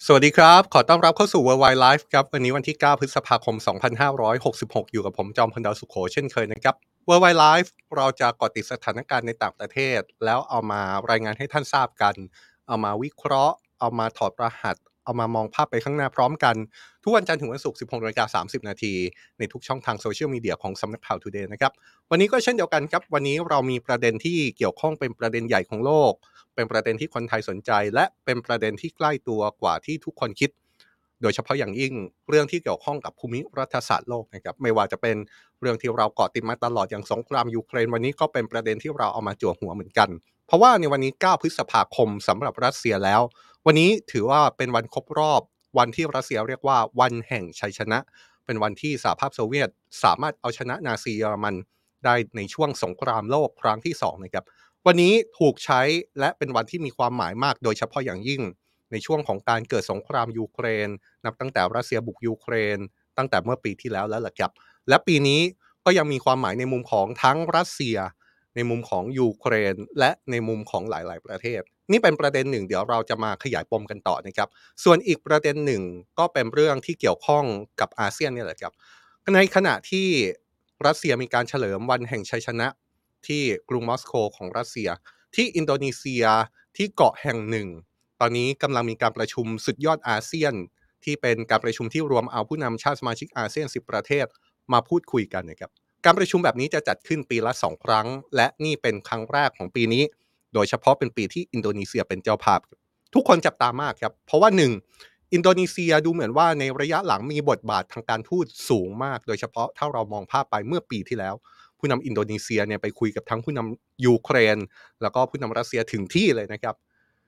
สวัสดีครับขอต้อนรับเข้าสู่ Worldwide Life ครับวันนี้วันที่9พฤษภาคม2566อยู่กับผมจอมพลดาวสุโขเช่นเคยนะครับ Worldwide Life เราจะเกาะติดสถานการณ์ในต่างประเทศแล้วเอามารายงานให้ท่านทราบกันเอามาวิเคราะห์เอามาถอดรหัสเอามามองภาพไปข้างหน้าพร้อมกันทุกวันจันทร์ถึงวันศุกร์ 16:30 นาทีในทุกช่องทางโซเชียลมีเดียของสำนักข่าว Today นะครับวันนี้ก็เช่นเดียวกันครับวันนี้เรามีประเด็นที่เกี่ยวข้องเป็นประเด็นใหญ่ของโลก เป็นประเด็นที่คนไทยสนใจและเป็นประเด็นที่ใกล้ตัวกว่าที่ทุกคนคิดโดยเฉพาะอย่างยิ่งเรื่องที่เกี่ยวข้องกับภูมิรัฐศาสตร์โลกนะครับไม่ว่าจะเป็นเรื่องที่เราเกาะติดมาตลอดอย่างสงครามยูเครนวันนี้ก็เป็นประเด็นที่เราเอามาจั่วหัวเหมือนกันเพราะว่าในวันนี้9พฤษภาคมสำหรับรัสเซียแล้ววันนี้ถือว่าเป็นวันครบรอบวันที่รัสเซียเรียกว่าวันแห่งชัยชนะเป็นวันที่สหภาพโซเวียตสามารถเอาชนะนาซีเยอรมันได้ในช่วงสงครามโลกครั้งที่2นะครับ วันนี้ถูกใช้และเป็นวันที่มีความหมายมากโดยเฉพาะอย่างยิ่งในช่วงของการเกิดสงครามยูเครนนับตั้งแต่รัสเซียบุกยูเครนตั้งแต่เมื่อปีที่แล้วแหละครับและปีนี้ก็ยังมีความหมายในมุมของทั้งรัสเซียในมุมของยูเครนและในมุมของหลายๆประเทศนี่เป็นประเด็นหนึ่งเดี๋ยวเราจะมาขยายปมกันต่อนะครับส่วนอีกประเด็นหนึ่งก็เป็นเรื่องที่เกี่ยวข้องกับอาเซียนเนี่ยแหละครับ ในขณะที่รัสเซียมีการเฉลิมวันแห่งชัยชนะที่กรุงมอสโกของรัสเซียที่อินโดนีเซียที่เกาะแห่งหนึ่งตอนนี้กำลังมีการประชุมสุดยอดอาเซียนที่เป็นการประชุมที่รวมเอาผู้นำชาติสมาชิกอาเซียน10ประเทศมาพูดคุยกันนะครับการประชุมแบบนี้จะจัดขึ้นปีละ2ครั้งและนี่เป็นครั้งแรกของปีนี้โดยเฉพาะเป็นปีที่อินโดนีเซียเป็นเจ้าภาพทุกคนจับตามากครับเพราะว่า1 อินโดนีเซียดูเหมือนว่าในระยะหลังมีบทบาททางการทูตสูงมากโดยเฉพาะถ้าเรามองภาพไปเมื่อปีที่แล้วผู้นำอินโดนีเซียเนี่ยไปคุยกับทั้งผู้นำยูเครนแล้วก็ผู้นำรัสเซียถึงที่เลยนะครับ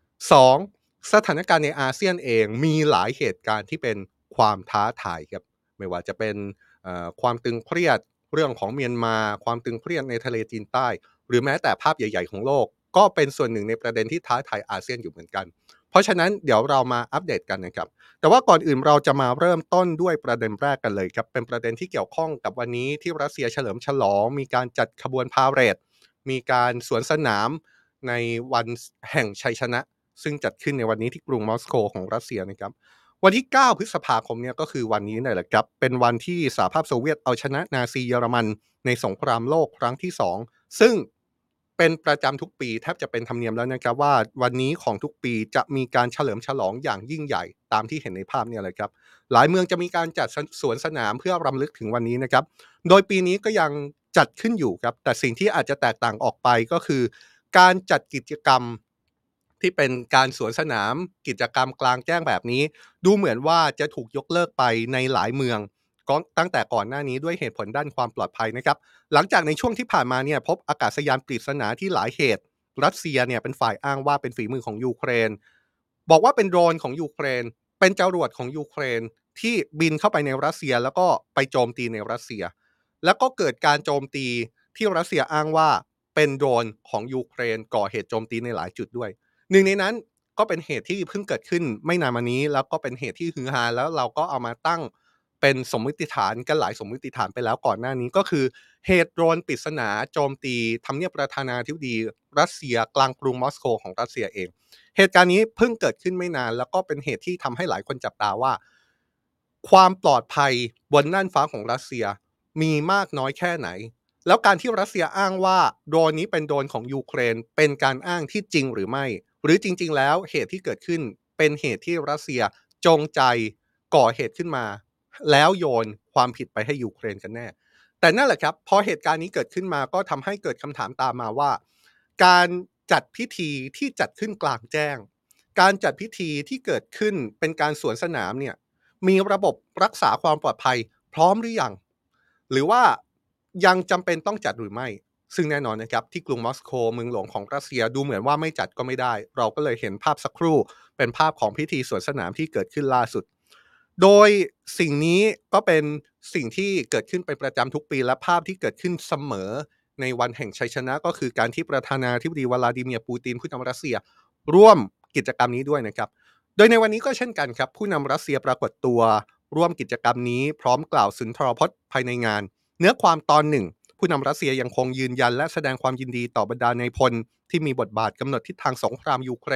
2สถานการณ์ในอาเซียนเองมีหลายเหตุการณ์ที่เป็นความท้าทายครับไม่ว่าจะเป็นความตึงเครียดเรื่องของเมียนมาความตึงเครียดในทะเลจีนใต้หรือแม้แต่ภาพใหญ่ๆของโลกก็เป็นส่วนหนึ่งในประเด็นที่ท้าทายอาเซียนอยู่เหมือนกันเพราะฉะนั้นเดี๋ยวเรามาอัปเดตกันนะครับ แต่ว่าก่อนอื่นเราจะมาเริ่มต้นด้วยประเด็นแรกกันเลยครับเป็นประเด็นที่เกี่ยวข้องกับวันนี้ที่รัสเซียเฉลิมฉลองมีการจัดขบวนพาเหรดมีการสวนสนามในวันแห่งชัยชนะซึ่งจัดขึ้นในวันนี้ที่กรุงมอสโกของรัสเซียนะครับวันที่9พฤษภาคมเนี่ยก็คือวันนี้นี่แหละครับเป็นวันที่สหภาพโซเวียตเอาชนะนาซีเยอรมันในสงครามโลกครั้งที่2ซึ่งเป็นประจำทุกปีแทบจะเป็นธรรมเนียมแล้วนะครับว่าวันนี้ของทุกปีจะมีการเฉลิมฉลองอย่างยิ่งใหญ่ตามที่เห็นในภาพเนี่ยเลยครับหลายเมืองจะมีการจัดสวนสนามเพื่อรำลึกถึงวันนี้นะครับโดยปีนี้ก็ยังจัดขึ้นอยู่ครับแต่สิ่งที่อาจจะแตกต่างออกไปก็คือการจัดกิจกรรมที่เป็นการสวนสนามกิจกรรมกลางแจ้งแบบนี้ดูเหมือนว่าจะถูกยกเลิกไปในหลายเมืองก็ตั้งแต่ก่อนหน้านี้ด้วยเหตุผลด้านความปลอดภัยนะครับ หลังจากในช่วงที่ผ่านมาเนี่ยพบอากาศยานปริศนาที่หลายเหตุรัสเซียเนี่ยเป็นฝ่ายอ้างว่าเป็นฝีมือของยูเครนบอกว่าเป็นโดรนของยูเครนเป็นจรวดของยูเครนที่บินเข้าไปในรัสเซียแล้วก็ไปโจมตีในรัสเซียแล้วก็เกิดการโจมตีที่รัสเซียอ้างว่าเป็นโดรนของยูเครนก่อเหตุโจมตีในหลายจุดด้วยหนึ่งในนั้นก็เป็นเหตุที่เพิ่งเกิดขึ้นไม่นานมานี้แล้วก็เป็นเหตุที่ฮือฮาแล้วเราก็เอามาตั้ง เป็นสมมติฐานกันหลายสมมติฐานไปแล้วก่อนหน้านี้ก็คือเหตุโดรนปริศนาโจมตีทำเนียบประธานาธิบดีรัสเซียกลางกรุงมอสโกของรัสเซียเองเหตุการณ์นี้เพิ่งเกิดขึ้นไม่นานแล้วก็เป็นเหตุที่ทำให้หลายคนจับตาว่าความปลอดภัยบนน่านฟ้าของรัสเซียมีมากน้อยแค่ไหนแล้วการที่รัสเซียอ้างว่าโดรนนี้เป็นโดรนของยูเครนเป็นการอ้างที่จริงหรือไม่หรือจริงๆแล้วเหตุที่เกิดขึ้นเป็นเหตุที่รัสเซียจงใจก่อเหตุขึ้นมา แล้วโยนความผิดไปให้ยูเครนกันแน่แต่นั่นแหละครับพอเหตุการณ์นี้เกิดขึ้นมาก็ทำให้เกิดคำถามตามมาว่าการจัดพิธีที่จัดขึ้นกลางแจ้งการจัดพิธีที่เกิดขึ้นเป็นการสวนสนามเนี่ยมีระบบรักษาความปลอดภัยพร้อมหรือยังหรือว่ายังจำเป็นต้องจัดหรือไม่ซึ่งแน่นอนนะครับที่กรุงมอสโกเมืองหลวงของรัสเซียดูเหมือนว่าไม่จัดก็ไม่ได้เราก็เลยเห็นภาพสักครู่เป็นภาพของพิธีสวนสนามที่เกิดขึ้นล่าสุด โดยสิ่งนี้ก็เป็นสิ่งที่เกิดขึ้นเป็นประจำทุกปีและภาพที่เกิดขึ้นเสมอในวันแห่งชัยชนะก็คือการที่ประธานาธิบดีวลาดิเมียร์ปูตินผู้นำรัสเซียร่วมกิจกรรมนี้ด้วยนะครับโดยในวันนี้ก็เช่นกันครับผู้นำรัสเซียปรากฏตัวร่วมกิจกรรมนี้พร้อมกล่าวสุนทรพจน์ภายในงานเนื้อความตอนหนึ่งผู้นำรัสเซียยังคงยืนยันและแสดงความยินดีต่อบรรดานายพลที่มีบทบาทกำหนดทิศทางสงครามยูเครน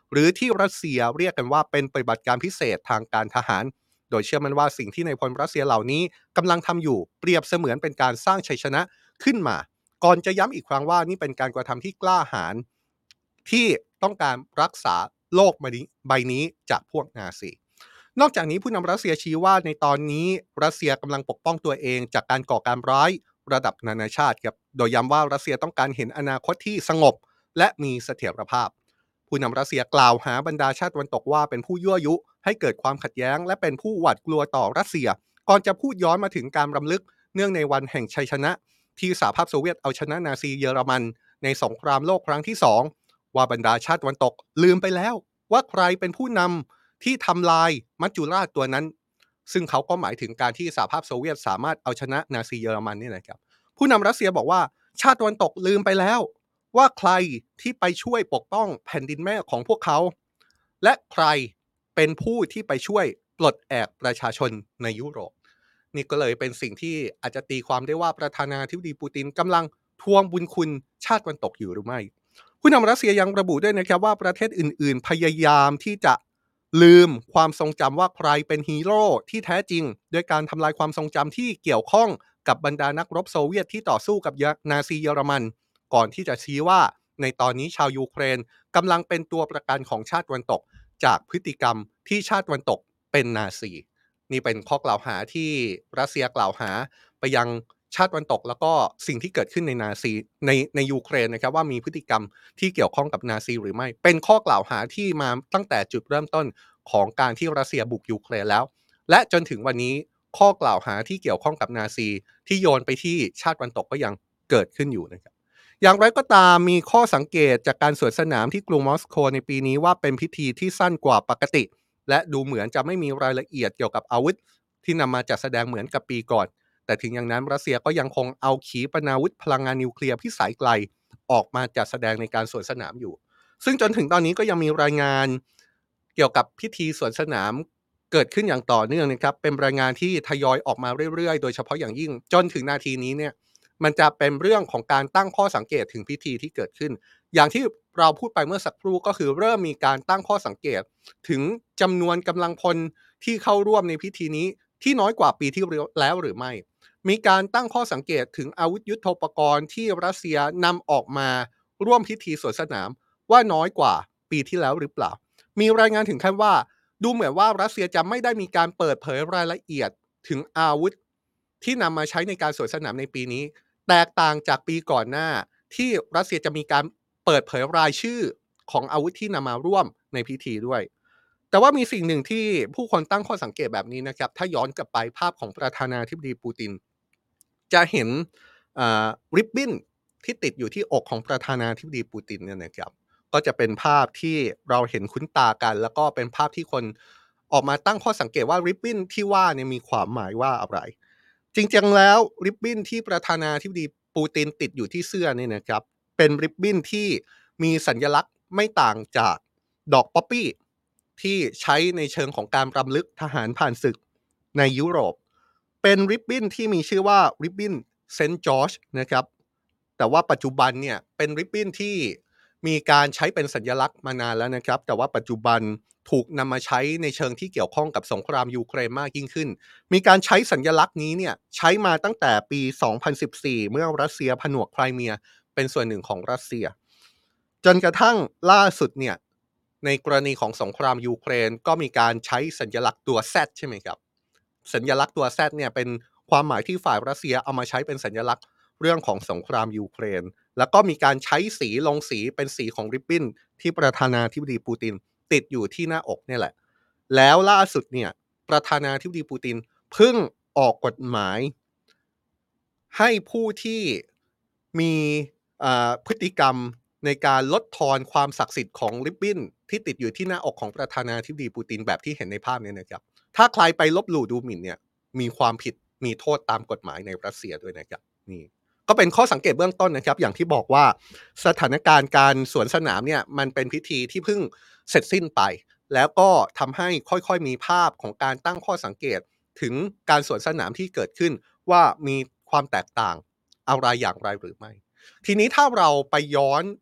หรือที่รัสเซียเรียกกันว่าเป็นปฏิบัติการพิเศษทางการทหารโดยเชื่อมั่นว่าสิ่งที่นายพลรัสเซียเหล่านี้กำลังทำอยู่เปรียบเสมือนเป็นการสร้างชัยชนะขึ้นมาก่อนจะย้ำอีกครั้งว่านี่เป็นการกระทำที่กล้าหาญที่ต้องการรักษาโลกใบนี้จากพวกนาซีนอกจากนี้ผู้นำรัสเซียชี้ว่าในตอนนี้รัสเซียกำลังปกป้องตัวเองจากการก่อการร้ายระดับนานาชาติครับโดยย้ำว่ารัสเซียต้องการเห็นอนาคตที่สงบและมีเสถียรภาพผู้นำรัสเซียกล่าวหาบรรดาชาติตะวันตกว่าเป็นผู้ยั่วยุให้เกิดความขัดแย้งและเป็นผู้หวาดกลัวต่อรัสเซียก่อนจะพูดย้อนมาถึงการรำลึกเนื่องในวันแห่งชัยชนะที่สหภาพโซเวียตเอาชนะนาซีเยอรมันในสงครามโลกครั้งที่2ว่าบรรดาชาติตะวันตกลืมไปแล้วว่าใครเป็นผู้นำที่ทำลายมัจจุราชตัวนั้นซึ่งเขาก็หมายถึงการที่สหภาพโซเวียตสามารถเอาชนะนาซีเยอรมันนี่แหละครับผู้นำรัสเซียบอกว่าชาติตะวันตกลืมไปแล้วว่าใครที่ไปช่วยปกป้องแผ่นดินแม่ของพวกเขาและใครเป็นผู้ที่ไปช่วยปลดแอกประชาชนในยุโรปนี่ก็เลยเป็นสิ่งที่อาจจะตีความได้ว่าประธานาธิบดีปูตินกำลังทวงบุญคุณชาติตะวันตกอยู่หรือไม่ผู้นำรัสเซียยังระบุด้วยนะครับว่าประเทศอื่นๆพยายามที่จะลืมความทรงจำว่าใครเป็นฮีโร่ที่แท้จริงด้วยการทำลายความทรงจำที่เกี่ยวข้องกับบรรดานักรบโซเวียตที่ต่อสู้กับนาซีเยอรมันก่อนที่จะชี้ว่าในตอนนี้ชาวยูเครนกำลังเป็นตัวประกันของชาติตะวันตกจากพฤติกรรมที่ชาติตะวันตกเป็นนาซีนี่เป็นข้อกล่าวหาที่รัสเซียกล่าวหาไปยังชาติตะวันตกแล้วก็สิ่งที่เกิดขึ้นในนาซีในยูเครนนะครับว่ามีพฤติกรรมที่เกี่ยวข้องกับนาซีหรือไม่เป็นข้อกล่าวหาที่มาตั้งแต่จุดเริ่มต้นของการที่รัสเซียบุกยูเครนแล้วและจนถึงวันนี้ข้อกล่าวหาที่เกี่ยวข้องกับนาซีที่โยนไปที่ชาติตะวันตกก็ยังเกิดขึ้นอยู่นะครับอย่างไรก็ตามมีข้อสังเกตจากการสวนสนามที่กรุงมอสโกในปีนี้ว่าเป็นพิธีที่สั้นกว่าปกติและดูเหมือนจะไม่มีรายละเอียดเกี่ยวกับอาวุธที่นำมาจัดแสดงเหมือนกับปีก่อนแต่ถึงอย่างนั้นรัสเซียก็ยังคงเอาขีปนาวุธพลังงานนิวเคลียร์พิสัยไกลออกมาจัดแสดงในการสวนสนามอยู่ซึ่งจนถึงตอนนี้ก็ยังมีรายงานเกี่ยวกับพิธีสวนสนามเกิดขึ้นอย่างต่อเนื่องนะครับเป็นรายงานที่ทยอยออกมาเรื่อยๆโดยเฉพาะอย่างยิ่งจนถึงนาทีนี้เนี่ยมันจะเป็นเรื่องของการตั้งข้อสังเกตถึงพิธีที่เกิดขึ้นอย่างที่เราพูดไปเมื่อสักครู่ก็คือเริ่มมีการตั้งข้อสังเกตถึงจำนวนกำลังพลที่เข้าร่วมในพิธีนี้ที่น้อยกว่าปีที่แล้วหรือไม่มีการตั้งข้อสังเกตถึงอาวุธยุทโธปกรณ์ที่รัสเซียนำออกมาร่วมพิธีสวนสนามว่าน้อยกว่าปีที่แล้วหรือเปล่ามีรายงานถึงขั้นว่าดูเหมือนว่ารัสเซียจะไม่ได้มีการเปิดเผยรายละเอียดถึงอาวุธที่นำมาใช้ในการสวนสนามในปีนี้แตกต่างจากปีก่อนหน้าที่รัสเซียจะมีการเปิดเผยรายชื่อของอาวุธที่นำมาร่วมในพิธีด้วยแต่ว่ามีสิ่งหนึ่งที่ผู้คนตั้งข้อสังเกตแบบนี้นะครับถ้าย้อนกลับไปภาพของประธานาธิบดีปูตินจะเห็นริบบิ้นที่ติดอยู่ที่อกของประธานาธิบดีปูตินเนี่ยนะครับก็จะเป็นภาพที่เราเห็นคุ้นตากันแล้วก็เป็นภาพที่คนออกมาตั้งข้อสังเกตว่าริบบิ้นที่ว่าเนี่ยมีความหมายว่าอะไรจริงๆแล้วริบบิ้นที่ประธานาธิบดีปูตินติดอยู่ที่เสื้อเนี่ยนะครับเป็นริบบิ้นที่มีสัญลักษณ์ไม่ต่างจากดอกป๊อปปี้ที่ใช้ในเชิงของการรำลึกทหารผ่านศึกในยุโรป เป็นริบบิ้นที่มีชื่อว่าริบบิ้นเซนต์จอร์จนะครับแต่ว่าปัจจุบันเนี่ยเป็นริบบิ้นที่มีการใช้เป็นสัญลักษณ์มานานแล้วนะครับแต่ว่าปัจจุบันถูกนำมาใช้ในเชิงที่เกี่ยวข้องกับสงครามยูเครนมากยิ่งขึ้นมีการใช้สัญลักษณ์นี้เนี่ยใช้มาตั้งแต่ปี 2014 เมื่อรัสเซียผนวกไครเมียเป็นส่วนหนึ่งของรัสเซียจนกระทั่งล่าสุดเนี่ยในกรณีของสงครามยูเครนก็มีการใช้สัญลักษณ์ตัว Z ใช่ไหมครับ สัญลักษณ์ตัว Z เนี่ยเป็นความหมายที่ฝ่ายรัสเซียเอามาใช้เป็นสัญลักษณ์เรื่องของสงครามยูเครนแล้วก็มีการใช้สีลงสีเป็นสีของริบบิ้นที่ประธานาธิบดีปูตินติดอยู่ที่หน้าอกเนี่ยแหละแล้วล่าสุดเนี่ยประธานาธิบดีปูตินเพิ่งออกกฎหมายให้ผู้ที่มีพฤติกรรมในการลดทอนความศักดิ์สิทธิ์ของริบบิ้นที่ติดอยู่ที่หน้าอกของประธานาธิบดีปูตินแบบที่เห็นในภาพนี้นะครับ ถ้าใครไปลบหลู่ดูหมิ่นเนี่ยมีความผิดมีโทษตามกฎหมายในรัสเซียด้วยนะครับนี่ก็เป็นข้อสังเกตเบื้องต้นนะครับอย่างที่บอกว่าสถานการณ์การสวนสนามเนี่ยมันเป็นพิธีที่เพิ่งเสร็จสิ้นไปแล้วก็ทำให้ค่อยๆมีภาพของการตั้งข้อสังเกตถึงการสวนสนามที่เกิดขึ้นว่ามีความแตกต่างอะไรอย่างไรหรือไม่ทีนี้ถ้าเราไปย้อน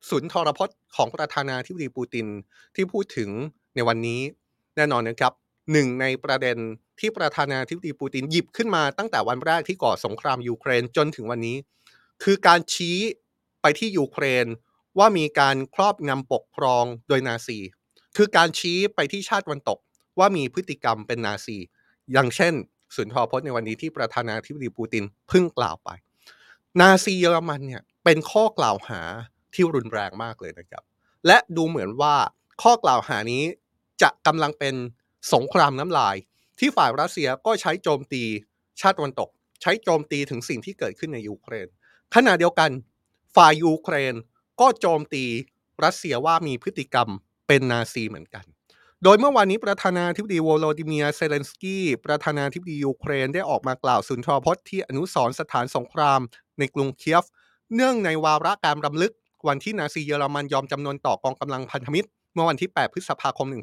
สุนทรพจน์ของประธานาธิบดีปูตินที่พูดถึงในวันนี้แน่นอนนะครับหนึ่งในประเด็นที่ประธานาธิบดีปูตินหยิบขึ้นมาตั้งแต่วันแรกที่ก่อสงครามยูเครนจนถึงวันนี้คือการชี้ไปที่ยูเครนว่ามีการครอบงำปกครองโดยนาซีคือการชี้ไปที่ชาติตะวันตกว่ามีพฤติกรรมเป็นนาซีอย่างเช่นสุนทรพจน์ในวันนี้ที่ประธานาธิบดีปูตินเพิ่งกล่าวไปนาซีเยอรมันเนี่ยเป็นข้อกล่าวหาที่รุนแรงมากเลยนะครับและดูเหมือนว่าข้อกล่าวหานี้จะกำลังเป็นสงครามน้ำลายที่ฝ่ายรัสเซียก็ใช้โจมตีชาติตะวันตกใช้โจมตีถึงสิ่งที่เกิดขึ้นในยูเครนขณะเดียวกันฝ่ายยูเครนก็โจมตีรัสเซียว่ามีพฤติกรรมเป็นนาซีเหมือนกัน โดยเมื่อวานนี้ประธานาธิบดีโวโลดิเมียร์เซเลนสกี้ประธานาธิบดียูเครนได้ออกมากล่าวสุนทรพจน์ที่อนุสรณ์สถานสงครามในกรุงเคียฟเนื่องในวาระการรำลึกวันที่นาซีเยอรมันยอมจำนนต่อกองกำลังพันธมิตรเมื่อวันที่ 8 พฤษภาคม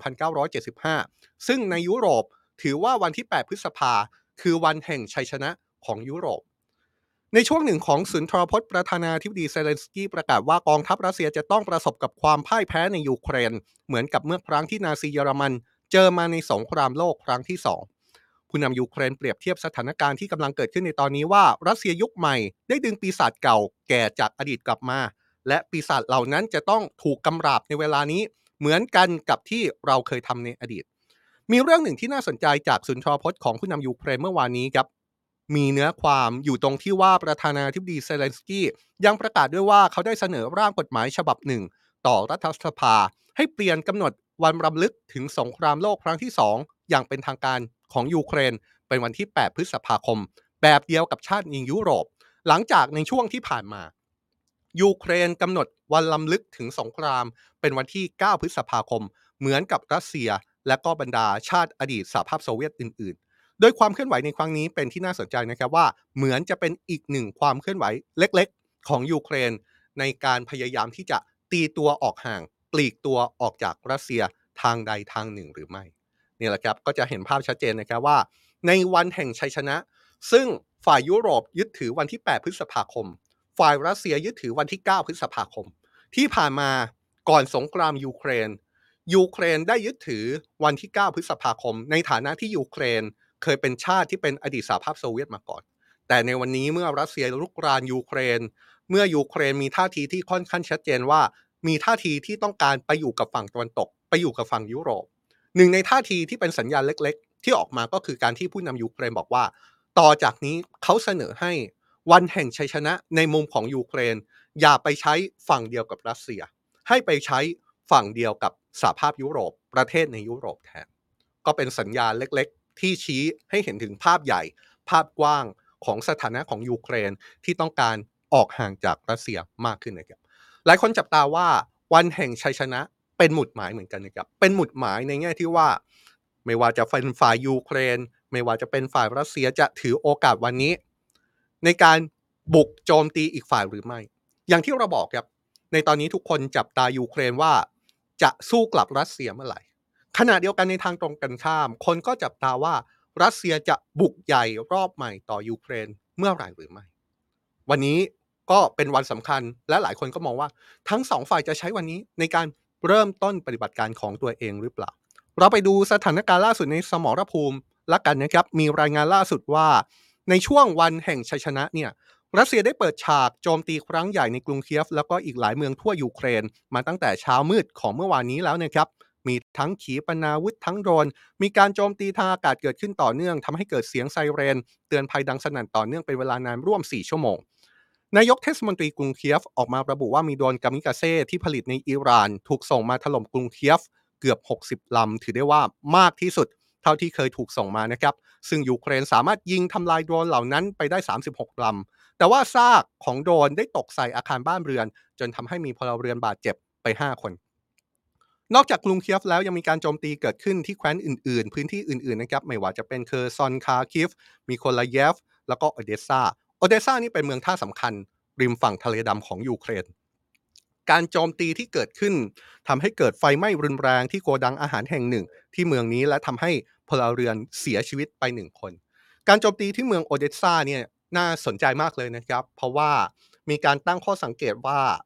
1975 ซึ่งในยุโรปถือว่าวันที่ 8 พฤษภาคือวันแห่งชัยชนะของยุโรป ในช่วงหนึ่งของสุนทรพจน์ประธานาธิบดีเซเลนสกี้ประกาศว่ากองทัพรัสเซียจะต้องประสบกับความพ่ายแพ้ในยูเครนเหมือนกับเมื่อครั้งที่นาซีเยอรมันเจอมาในสงครามโลกครั้งที่สองผู้นำยูเครนเปรียบเทียบสถานการณ์ที่กำลังเกิดขึ้นในตอนนี้ว่ารัสเซียยุคใหม่ได้ดึงปีศาจเก่าแก่จากอดีตกลับมาและปีศาจเหล่านั้นจะต้องถูกกำราบในเวลานี้เหมือนกันกับที่เราเคยทำในอดีต มีเรื่องหนึ่งที่น่าสนใจจากสุนทรพจน์ของผู้นำยูเครนเมื่อวานนี้ครับมีเนื้อความอยู่ตรงที่ว่าประธานาธิบดีเซเลนสกี้ยังประกาศด้วยว่าเขาได้เสนอร่างกฎหมายฉบับหนึ่งต่อรัฐสภาให้เปลี่ยนกำหนดวันรำลึกถึงสงครามโลกครั้งที่2อย่างเป็นทางการของยูเครนเป็นวันที่ 8 พฤษภาคมแบบเดียวกับชาติในยุโรปหลังจากในช่วงที่ผ่านมายูเครนกำหนดวันรำลึกถึงสงครามเป็นวันที่ 9 พฤษภาคมเหมือนกับรัสเซีย และก็บรรดาชาติอดีตสหภาพโซเวียตอื่นๆ โดยความเคลื่อนไหวในครั้งนี้เป็นที่น่าสนใจนะครับว่าเหมือนจะเป็นอีกหนึ่งความเคลื่อนไหวเล็กๆของยูเครนในการพยายามที่จะตีตัวออกห่างปลีกตัวออกจากรัสเซียทางใดทางหนึ่งหรือไม่นี่แหละครับก็จะเห็นภาพชัดเจนนะครับว่าในวันแห่งชัยชนะซึ่งฝ่ายยุโรปยึดถือวันที่ 8 พฤษภาคมฝ่ายรัสเซียยึดถือวันที่ 9 พฤษภาคมที่ผ่านมาก่อนสงครามยูเครนได้ยึดถือวันที่ 9 พฤษภาคมในฐานะที่ยูเครนเคยเป็นชาติที่เป็นอดีตสหภาพโซเวียตมาก่อนแต่ในวันนี้เมื่อรัสเซียรุกรานยูเครนเมื่อยูเครนมีท่าทีที่ค่อนข้างชัดเจนว่ามีท่าทีที่ต้องการไปอยู่กับฝั่งตะวันตกไปอยู่กับฝั่งยุโรปหนึ่งในท่าทีที่เป็นสัญญาณเล็กๆที่ออกมาก็คือการที่ผู้นำยูเครนบอกว่าต่อจากนี้เขาเสนอให้วันแห่งชัยชนะในมุมของยูเครนอย่าไปใช้ฝั่งเดียวกับรัสเซีย ให้ไปใช้ฝั่งเดียวกับสหภาพยุโรปประเทศในยุโรปแทนก็เป็นสัญญาณเล็กๆที่ชี้ให้เห็นถึงภาพใหญ่ภาพกว้างของสถานะของยูเครนที่ต้องการออกห่างจากรัสเซียมากขึ้นนะครับหลายคนจับตาว่าวันแห่งชัยชนะเป็นหมุดหมายเหมือนกันนะครับเป็นหมุดหมายในแง่ที่ว่าไม่ว่าจะเป็นฝ่ายยูเครนไม่ว่าจะเป็นฝ่ายรัสเซียจะถือโอกาสวันนี้ในการบุกโจมตีอีกฝ่ายหรือไม่อย่างที่เราบอกครับ ในตอนนี้ทุกคนจับตายูเครนว่าจะสู้กลับรัสเซียเมื่อไหร่ขณะเดียวกันในทางตรงกันข้ามคนก็จับตาว่ารัสเซียจะบุกใหญ่รอบใหม่ต่อยูเครนเมื่อไหร่หรือไม่วันนี้ก็เป็นวันสำคัญและหลายคนก็มองว่าทั้งสองฝ่ายจะใช้วันนี้ในการเริ่มต้นปฏิบัติการของตัวเองหรือเปล่าเราไปดูสถานการณ์ล่าสุดในสมรภูมิละกันนะครับมีรายงานล่าสุดว่าในช่วงวันแห่งชัยชนะเนี่ย รัสเซียได้เปิดฉากโจมตีครั้งใหญ่ในกรุงเคียฟแล้วก็อีกหลายเมืองทั่วยูเครนมาตั้งแต่เช้ามืดของเมื่อวานนี้แล้วนะครับมีทั้งขีปนาวุธทั้งโดรนมีการโจมตีทางอากาศเกิดขึ้นต่อเนื่องทำให้เกิดเสียงไซเรนเตือนภัยดังสนั่นต่อเนื่องเป็นเวลานานร่วม4ชั่วโมงนายกเทศมนตรีกรุงเคียฟออกมาระบุว่ามีโดรนกามิกาเซ่ที่ผลิตในอิหร่านถูกส่งมาถล่มกรุงเคียฟเกือบ60ลำถือได้ว่ามากที่สุดเท่าที่เคยถูกส่งมานะครับซึ่งยูเครนสามารถยิงทำลายโดรนเหล่านั้นไปได้36ลำ แต่ว่าซากของโดรนได้ตกใส่อาคารบ้านเรือนจนทำให้มีพลเรือนบาดเจ็บไป5คนนอกจากกรุงเคียฟแล้วยังมีการโจมตีเกิดขึ้นที่แคว้นอื่นๆพื้นที่อื่นๆนะครับไม่ว่าจะเป็นเคอร์ซอนคาคิฟมีโคลาเยฟแล้วก็โอเดสซานี่เป็นเมืองท่าสำคัญริมฝั่งทะเลดำของยูเครนการโจมตีที่เกิดขึ้นทำให้เกิดไฟไหม้รุนแรงที่โกดังอาหารแห่งหนึ่งที่เมืองนี้และทำให้พลเรือนเสียชีวิตไป1 คนการโจมตีที่เมืองโอเดสซาเนี่ย น่าสนใจมากเลยนะครับเพราะว่ามีการตั้งข้อสังเกตว่า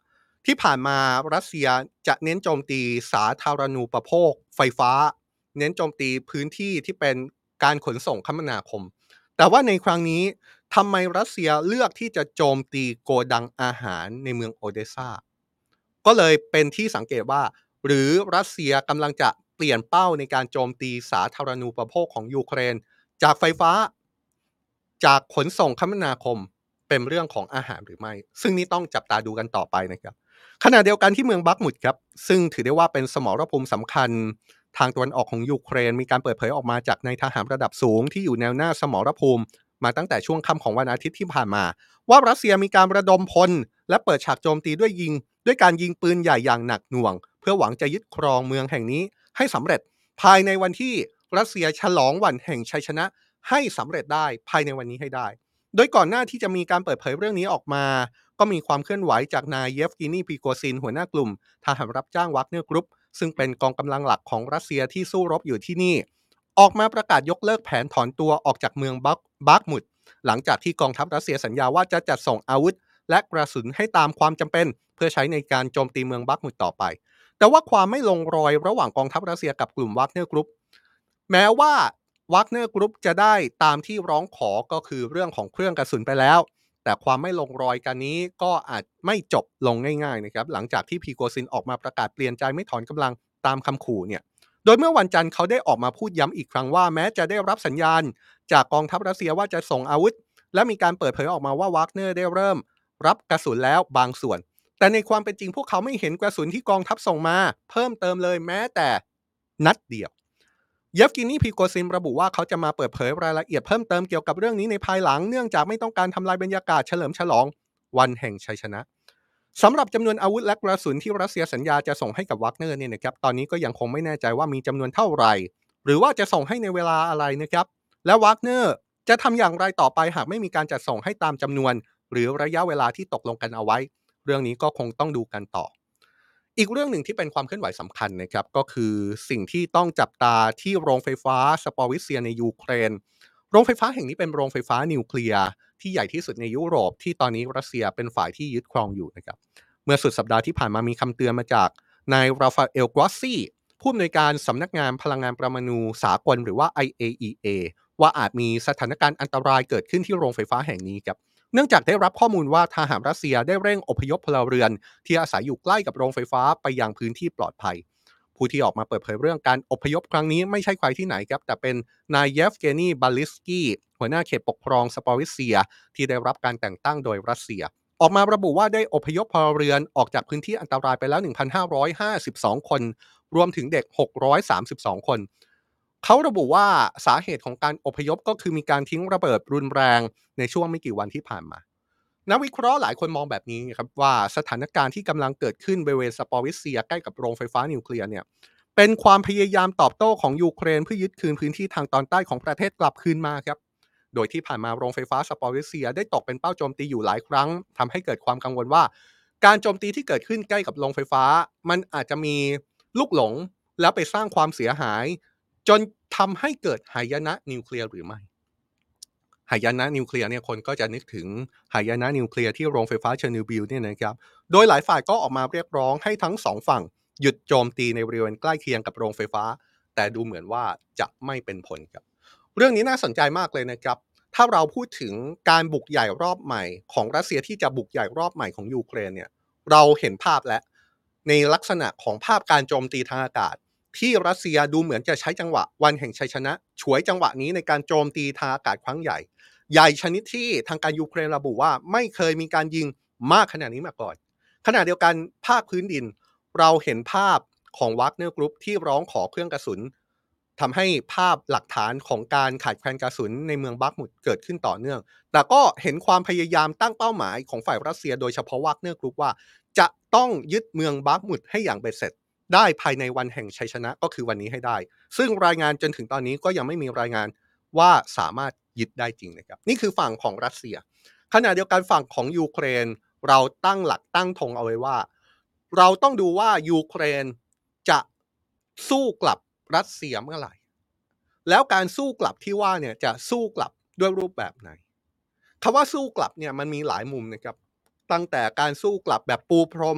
ที่ผ่านมารัสเซียจะเน้นโจมตีสาธารณูปโภคไฟฟ้าเน้นโจมตีพื้นที่ที่เป็นการขนส่งคมนาคมแต่ว่าในครั้งนี้ทำไมรัสเซียเลือกที่จะโจมตีโกดังอาหารในเมืองโอเดซาก็เลยเป็นที่สังเกตว่าหรือรัสเซียกำลังจะเปลี่ยนเป้าในการโจมตีสาธารณูปโภคของยูเครนจากไฟฟ้าจากขนส่งคมนาคมเป็นเรื่องของอาหารหรือไม่ซึ่งนี่ต้องจับตาดูกันต่อไปนะครับขณะเดียวกันที่เมืองบักมุดครับซึ่งถือได้ว่าเป็นสมรภูมิสำคัญทางตะวันออกของยูเครนมีการเปิดเผยออกมาจากนายทหารระดับสูงที่อยู่แนวหน้าสมรภูมิมาตั้งแต่ช่วงค่ำของวันอาทิตย์ที่ผ่านมาว่ารัสเซียมีการระดมพลและเปิดฉากโจมตีด้วยการยิงปืนใหญ่อย่างหนักหน่วงเพื่อหวังจะยึดครองเมืองแห่งนี้ให้สำเร็จภายในวันที่รัสเซียฉลองวันแห่งชัยชนะให้สำเร็จได้ภายในวันนี้ให้ได้โดยก่อนหน้าที่จะมีการเปิดเผยเรื่องนี้ออกมาก็มีความเคลื่อนไหวจากนายเยฟกินีปีโกซินหัวหน้ากลุ่มทหารรับจ้างวักเนอร์กรุ๊ปซึ่งเป็นกองกำลังหลักของรัสเซียที่สู้รบอยู่ที่นี่ออกมาประกาศยกเลิกแผนถอนตัวออกจากเมืองบักมุดหลังจากที่กองทัพรัสเซียสัญญาว่าจะจัดส่งอาวุธและกระสุนให้ตามความจำเป็นเพื่อใช้ในการโจมตีเมืองบักมุดต่อไปแต่ว่าความไม่ลงรอยระหว่างกองทัพรัสเซียกับกลุ่มวักเนอร์กรุ๊ปแม้ว่าวักเนอร์กรุ๊ปจะได้ตามที่ร้องขอก็คือเรื่องของเครื่องกระสุนไปแล้วแต่ความไม่ลงรอยกันนี้ก็อาจไม่จบลงง่ายๆนะครับหลังจากที่พีโกซินออกมาประกาศเปลี่ยนใจไม่ถอนกำลังตามคำขู่เนี่ยโดยเมื่อวันจันทร์เขาได้ออกมาพูดย้ำอีกครั้งว่าแม้จะได้รับสัญญาณจากกองทัพรัสเซียว่าจะส่งอาวุธและมีการเปิดเผยออกมาว่าวากเนอร์ได้เริ่มรับกระสุนแล้วบางส่วนแต่ในความเป็นจริงพวกเขาไม่เห็นกระสุนที่กองทัพส่งมาเพิ่มเติมเลยแม้แต่นัดเดียวเยฟกินีพีโกซินระบุว่าเขาจะมาเปิดเผยรายละเอียดเพิ่มเติมเกี่ยวกับเรื่องนี้ในภายหลังเนื่องจากไม่ต้องการทำลายบรรยากาศเฉลิมฉลองวันแห่งชัยชนะสำหรับจำนวนอาวุธและกระสุนที่รัสเซียสัญญาจะส่งให้กับวักเนอร์เนี่ยนะครับตอนนี้ก็ยังคงไม่แน่ใจว่ามีจำนวนเท่าไหร่หรือว่าจะส่งให้ในเวลาอะไรนะครับและวักเนอร์จะทำอย่างไรต่อไปหากไม่มีการจัดส่งให้ตามจำนวนหรือระยะเวลาที่ตกลงกันเอาไว้เรื่องนี้ก็คงต้องดูกันต่อ อีกเรื่องหนึ่งที่เป็นความเคลื่อนไหวสำคัญนะครับก็คือสิ่งที่ต้องจับตาที่โรงไฟฟ้าสปอริเซียในยูเครนโรงไฟฟ้าแห่งนี้เป็นโรงไฟฟ้านิวเคลียร์ที่ใหญ่ที่สุดในยุโรปที่ตอนนี้รัสเซียเป็นฝ่ายที่ยึดครองอยู่นะครับเมื่อสุดสัปดาห์ที่ผ่านมามีคำเตือนมาจากนายราฟาเอลกวาซีผู้อำนวยการสำนักงานพลังงานปรมาณูสากลหรือว่า IAEA ว่าอาจมีสถานการณ์อันตรายเกิดขึ้นที่โรงไฟฟ้าแห่งนี้ครับเนื่องจากได้รับข้อมูลว่าทหารรัสเซียได้เร่งอพยพพลเรือน ที่อาศัยอยู่ใกล้กับโรงไฟฟ้าไปยังพื้นที่ปลอดภัยผู้ที่ออกมาเปิดเผยเรื่องการอพยพครั้งนี้ไม่ใช่ใครที่ไหนครับแต่เป็นนายเยฟเกนีบาลิสกี้หัวหน้าเขตปกครองสปอริเซียที่ได้รับการแต่งตั้งโดยรัสเซียออกมาระบุว่าได้อพยพพลเรือนออกจากพื้นที่อันตรายไปแล้ว 1,552 คนรวมถึงเด็ก 632 คนเขาระบุว่าสาเหตุของการอพยพก็คือมีการทิ้งระเบิดรุนแรงในช่วงไม่กี่วันที่ผ่านมา นักวิเคราะห์หลายคนมองแบบนี้ครับว่าสถานการณ์ที่กำลังเกิดขึ้นบริเวณสปอริเซียใกล้กับโรงไฟฟ้านิวเคลียร์เนี่ยเป็นความพยายามตอบโต้ของยูเครนเพื่อยึดคืนพื้นที่ทางตอนใต้ของประเทศกลับคืนมาครับโดยที่ผ่านมาโรงไฟฟ้าสปอริเซียได้ตกเป็นเป้าโจมตีอยู่หลายครั้งทำให้เกิดความกังวลว่าการโจมตีที่เกิดขึ้นใกล้กับโรงไฟฟ้ามันอาจจะมีลูกหลงแล้วไปสร้างความเสียหายจนทำให้เกิดหายนะนิวเคลียร์หรือไม่ หายนะนิวเคลียร์เนี่ยคนก็จะนึกถึงหายนะนิวเคลียร์ที่โรงไฟฟ้าเชอร์โนบิลเนี่ยนะครับโดยหลายฝ่ายก็ออกมาเรียกร้องให้ทั้งสองฝั่งหยุดโจมตีในบริเวณใกล้เคียงกับโรงไฟฟ้าแต่ดูเหมือนว่าจะไม่เป็นผลครับเรื่องนี้น่าสนใจมากเลยนะครับถ้าเราพูดถึงการบุกใหญ่รอบใหม่ของรัสเซียที่จะบุกใหญ่รอบใหม่ของยูเครนเนี่ยเราเห็นภาพแล้วในลักษณะของภาพการโจมตีทางอากาศที่รัสเซียดูเหมือนจะใช้จังหวะวันแห่งชัยชนะฉวยจังหวะนี้ในการโจมตีทางอากาศครั้งใหญ่ ใหญ่ชนิดที่ทางการยูเครนระบุว่าไม่เคยมีการยิงมากขนาดนี้มาก่อนขณะเดียวกันภาคพื้นดินเราเห็นภาพของวากเนอร์กรุ๊ปที่ร้องขอเครื่องกระสุนทำให้ภาพหลักฐานของการขาดแคลนกระสุนในเมืองบักมุดเกิดขึ้นต่อเนื่องแต่ก็เห็นความพยายามตั้งเป้าหมายของฝ่ายรัสเซียโดยเฉพาะวากเนอร์กรุ๊ปว่าจะต้องยึดเมืองบักมุดให้อย่างเบ็ดเสร็จได้ภายในวันแห่งชัยชนะก็คือวันนี้ให้ได้ซึ่งรายงานจนถึงตอนนี้ก็ยังไม่มีรายงาน ว่าสามารถยึดได้จริงนะครับนี่คือฝั่งของรัสเซียขณะเดียวกันฝั่งของยูเครนเราตั้งหลักตั้งธงเอาไว้ว่าเราต้องดูว่ายูเครนจะสู้กลับรัสเซียเมื่อไหร่แล้วการสู้กลับที่ว่าเนี่ยจะสู้กลับด้วยรูปแบบไหนคำว่าสู้กลับเนี่ยมันมีหลายมุมนะครับตั้งแต่การสู้กลับแบบปูพรม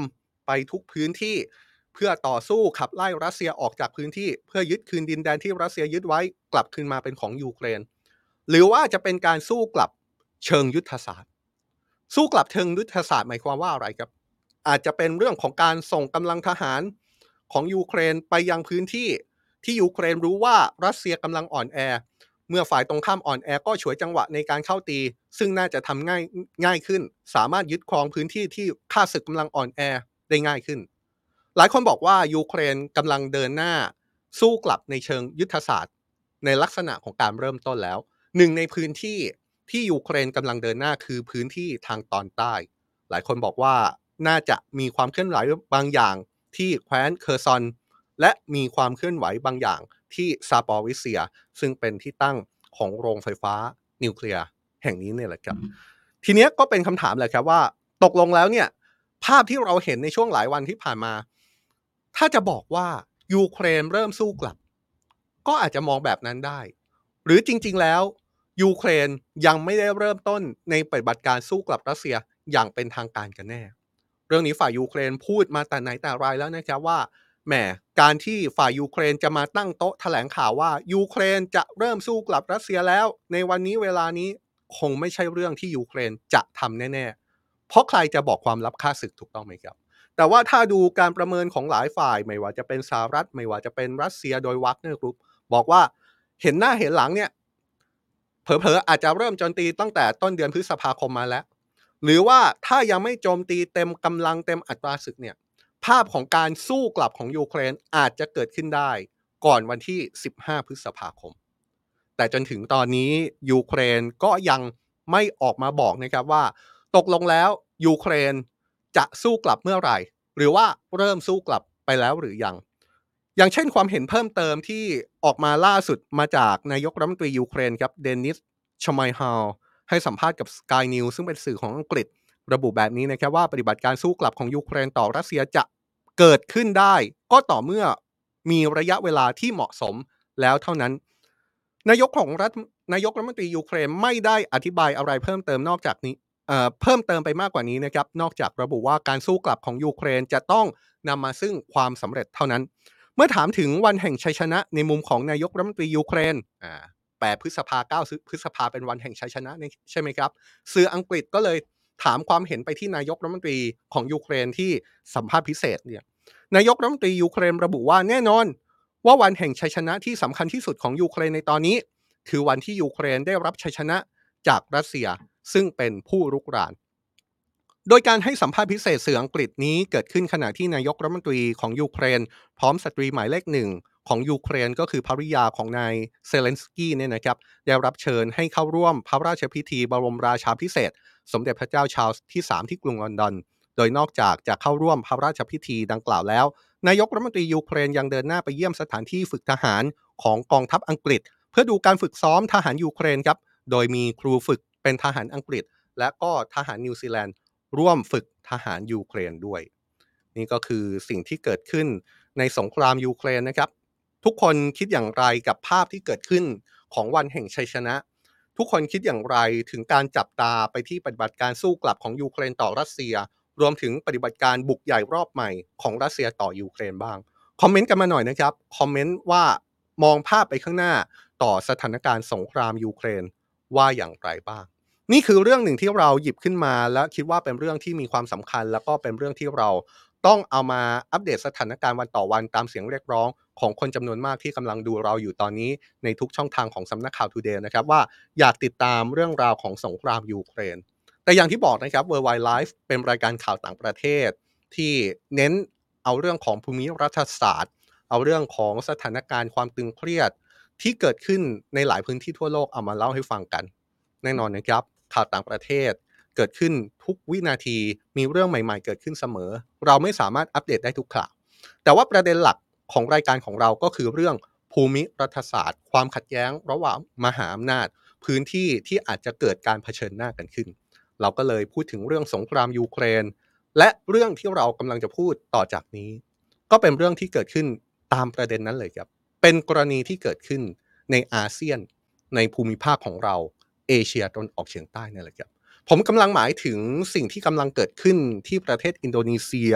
ไปทุกพื้นที่เพื่อต่อสู้ขับไล่รัสเซียออกจากพื้นที่เพื่อยึดคืนดินแดนที่รัสเซียยึดไว้กลับคืนมาเป็นของยูเครนหรือว่าจะเป็นการสู้กลับเชิงยุทธศาสตร์สู้กลับเชิงยุทธศาสตร์หมายความว่าอะไรครับอาจจะเป็นเรื่องของการส่งกำลังทหารของยูเครนไปยังพื้นที่ที่ยูเครนรู้ว่ารัสเซียกำลังอ่อนแอเมื่อฝ่ายตรงข้ามอ่อนแอก็ฉวยจังหวะในการเข้าตีซึ่งน่าจะทำง่ายขึ้นสามารถยึดครองพื้นที่ที่ข้าศึกกำลังอ่อนแอได้ง่ายขึ้นหลายคนบอกว่ายูเครนกำลังเดินหน้าสู้กลับในเชิงยุทธศาสตร์ในลักษณะของการเริ่มต้นแล้วหนึ่งในพื้นที่ที่ยูเครนกำลังเดินหน้าคือพื้นที่ทางตอนใต้หลายคนบอกว่าน่าจะมีความเคลื่อนไหวบางอย่างที่แคว้นเคอร์ซอนและมีความเคลื่อนไหวบางอย่างที่ซาปอริเซียซึ่งเป็นที่ตั้งของโรงไฟฟ้านิวเคลียร์แห่งนี้เนี่ยแหละครับทีนี้ก็เป็นคำถามเลยครับว่าตกลงแล้วเนี่ยภาพที่เราเห็นในช่วงหลายวันที่ผ่านมาถ้าจะบอกว่ายูเครนเริ่มสู้กลับก็อาจจะมองแบบนั้นได้หรือจริงๆแล้วยูเครนยังไม่ได้เริ่มต้นในปฏิบัติการสู้กลับรัสเซียอย่างเป็นทางการกันแน่เรื่องนี้ฝ่ายยูเครนพูดมาแต่ไหนแต่ไรแล้วนะครับว่าแหมการที่ฝ่ายยูเครนจะมาตั้งโต๊ะแถลงข่าวว่ายูเครนจะเริ่มสู้กลับรัสเซียแล้วในวันนี้เวลานี้คงไม่ใช่เรื่องที่ยูเครนจะทำแน่ๆเพราะใครจะบอกความลับฆ่าศึกถูกต้องไหมครับแต่ว่าถ้าดูการประเมินของหลายฝ่ายไม่ว่าจะเป็นสหรัฐไม่ว่าจะเป็นรัสเซียโดยวักเนอร์กรุ๊ปบอกว่าเห็นหน้าเห็นหลังเนี่ยเผลอๆอาจจะเริ่มโจมตีตั้งแต่ต้นเดือนพฤษภาคมมาแล้วหรือว่าถ้ายังไม่โจมตีเต็มกำลังเต็มอัตราศึกเนี่ยภาพของการสู้กลับของยูเครนอาจจะเกิดขึ้นได้ก่อนวันที่15พฤษภาคมแต่จนถึงตอนนี้ยูเครนก็ยังไม่ออกมาบอกนะครับว่าตกลงแล้วยูเครนจะสู้กลับเมื่อไหร่หรือว่าเริ่มสู้กลับไปแล้วหรือยังอย่างเช่นความเห็นเพิ่มเติมที่ออกมาล่าสุดมาจากนายกรัฐมนตรียูเครนครับเดนิสชมายฮาลให้สัมภาษณ์กับ Sky News ซึ่งเป็นสื่อของอังกฤษระบุแบบนี้นะครับว่าปฏิบัติการสู้กลับของยูเครนต่อรัสเซียจะเกิดขึ้นได้ก็ต่อเมื่อมีระยะเวลาที่เหมาะสมแล้วเท่านั้นนายกของรัฐนายกรัฐมนตรียูเครนไม่ได้อธิบายอะไรเพิ่มเติมนอกจากนี้เพิ่มเติมไปมากกว่านี้นะครับนอกจากระบุว่าการสู้กลับของยูเครนจะต้องนำมาซึ่งความสำเร็จเท่านั้นเมื่อถามถึงวันแห่งชัยชนะในมุมของนายกรัฐมนตรียูเครน8พฤษภา9พฤษภาเป็นวันแห่งชัยชนะใช่ไหมครับสื่ออังกฤษก็เลยถามความเห็นไปที่นายกรัฐมนตรีของยูเครนที่สัมภาษณ์พิเศษเนี่ยนายกรัฐมนตรียูเครนระบุว่าแน่นอนว่าวันแห่งชัยชนะที่สำคัญที่สุดของยูเครนในตอนนี้คือวันที่ยูเครนได้รับชัยชนะจากรัสเซียซึ่งเป็นผู้รุกรานโดยการให้สัมภาษณ์พิเศษสื่ออังกฤษนี้เกิดขึ้นขณะที่นายกรัฐมนตรีของยูเครนพร้อมสตรีหมายเลขหนึ่งของยูเครนก็คือภริยาของนายเซเลนสกี้เนี่ยนะครับได้รับเชิญให้เข้าร่วมพระราชพิธีบรมราชาภิเษกสมเด็จพระเจ้าชาร์ลส์ที่3ที่กรุงลอนดอนโดยนอกจากจะเข้าร่วมพระราชพิธีดังกล่าวแล้วนายกรัฐมนตรียูเครนยังเดินหน้าไปเยี่ยมสถานที่ฝึกทหารของกองทัพอังกฤษเพื่อดูการฝึกซ้อมทหารยูเครนครับโดยมีครูฝึกเป็นทหารอังกฤษและก็ทหารนิวซีแลนด์ร่วมฝึกทหารยูเครนด้วยนี่ก็คือสิ่งที่เกิดขึ้นในสงครามยูเครนนะครับทุกคนคิดอย่างไรกับภาพที่เกิดขึ้นของวันแห่งชัยชนะทุกคนคิดอย่างไรถึงการจับตาไปที่ปฏิบัติการสู้กลับของยูเครนต่อรัสเซียรวมถึงปฏิบัติการบุกใหญ่รอบใหม่ของรัสเซียต่อยูเครนบ้างคอมเมนต์กันมาหน่อยนะครับคอมเมนต์ว่ามองภาพไปข้างหน้าต่อสถานการณ์สงครามยูเครนว่าอย่างไรบ้าง นี่คือเรื่องหนึ่งที่เราหยิบขึ้นมาและคิดว่าเป็นเรื่องที่มีความสำคัญแล้วก็เป็นเรื่องที่เราต้องเอามาอัปเดตสถานการณ์วันต่อวันตามเสียงเรียกร้องของคนจำนวนมากที่กำลังดูเราอยู่ตอนนี้ในทุกช่องทางของสำนักข่าว Today นะครับว่าอยากติดตามเรื่องราวของสงครามยูเครนแต่อย่างที่บอกนะครับ Worldwide Life เป็นรายการข่าวต่างประเทศที่เน้นเอาเรื่องของภูมิรัฐศาสตร์เอาเรื่องของสถานการณ์ความตึงเครียดที่เกิดขึ้นในหลายพื้นที่ทั่วโลกเอามาเล่าให้ฟังกัน แน่นอนนะครับข่าวต่างประเทศเกิดขึ้นทุกวินาทีมีเรื่องใหม่ๆเกิดขึ้นเสมอเราไม่สามารถอัปเดตได้ทุกข่าวแต่ว่าประเด็นหลักของรายการของเราก็คือเรื่องภูมิรัฐศาสตร์ความขัดแย้งระหว่างมหาอำนาจพื้นที่ที่อาจจะเกิดการเผชิญหน้ากันขึ้นเราก็เลยพูดถึงเรื่องสงครามยูเครนและเรื่องที่เรากำลังจะพูดต่อจากนี้ก็เป็นเรื่องที่เกิดขึ้นตามประเด็นนั้นเลยครับเป็นกรณีที่เกิดขึ้นในอาเซียนในภูมิภาคของเรา เอเชียตะวันออกเฉียงใต้นี่แหละครับผมกำลังหมายถึงสิ่งที่กำลังเกิดขึ้นที่ประเทศอินโดนีเซีย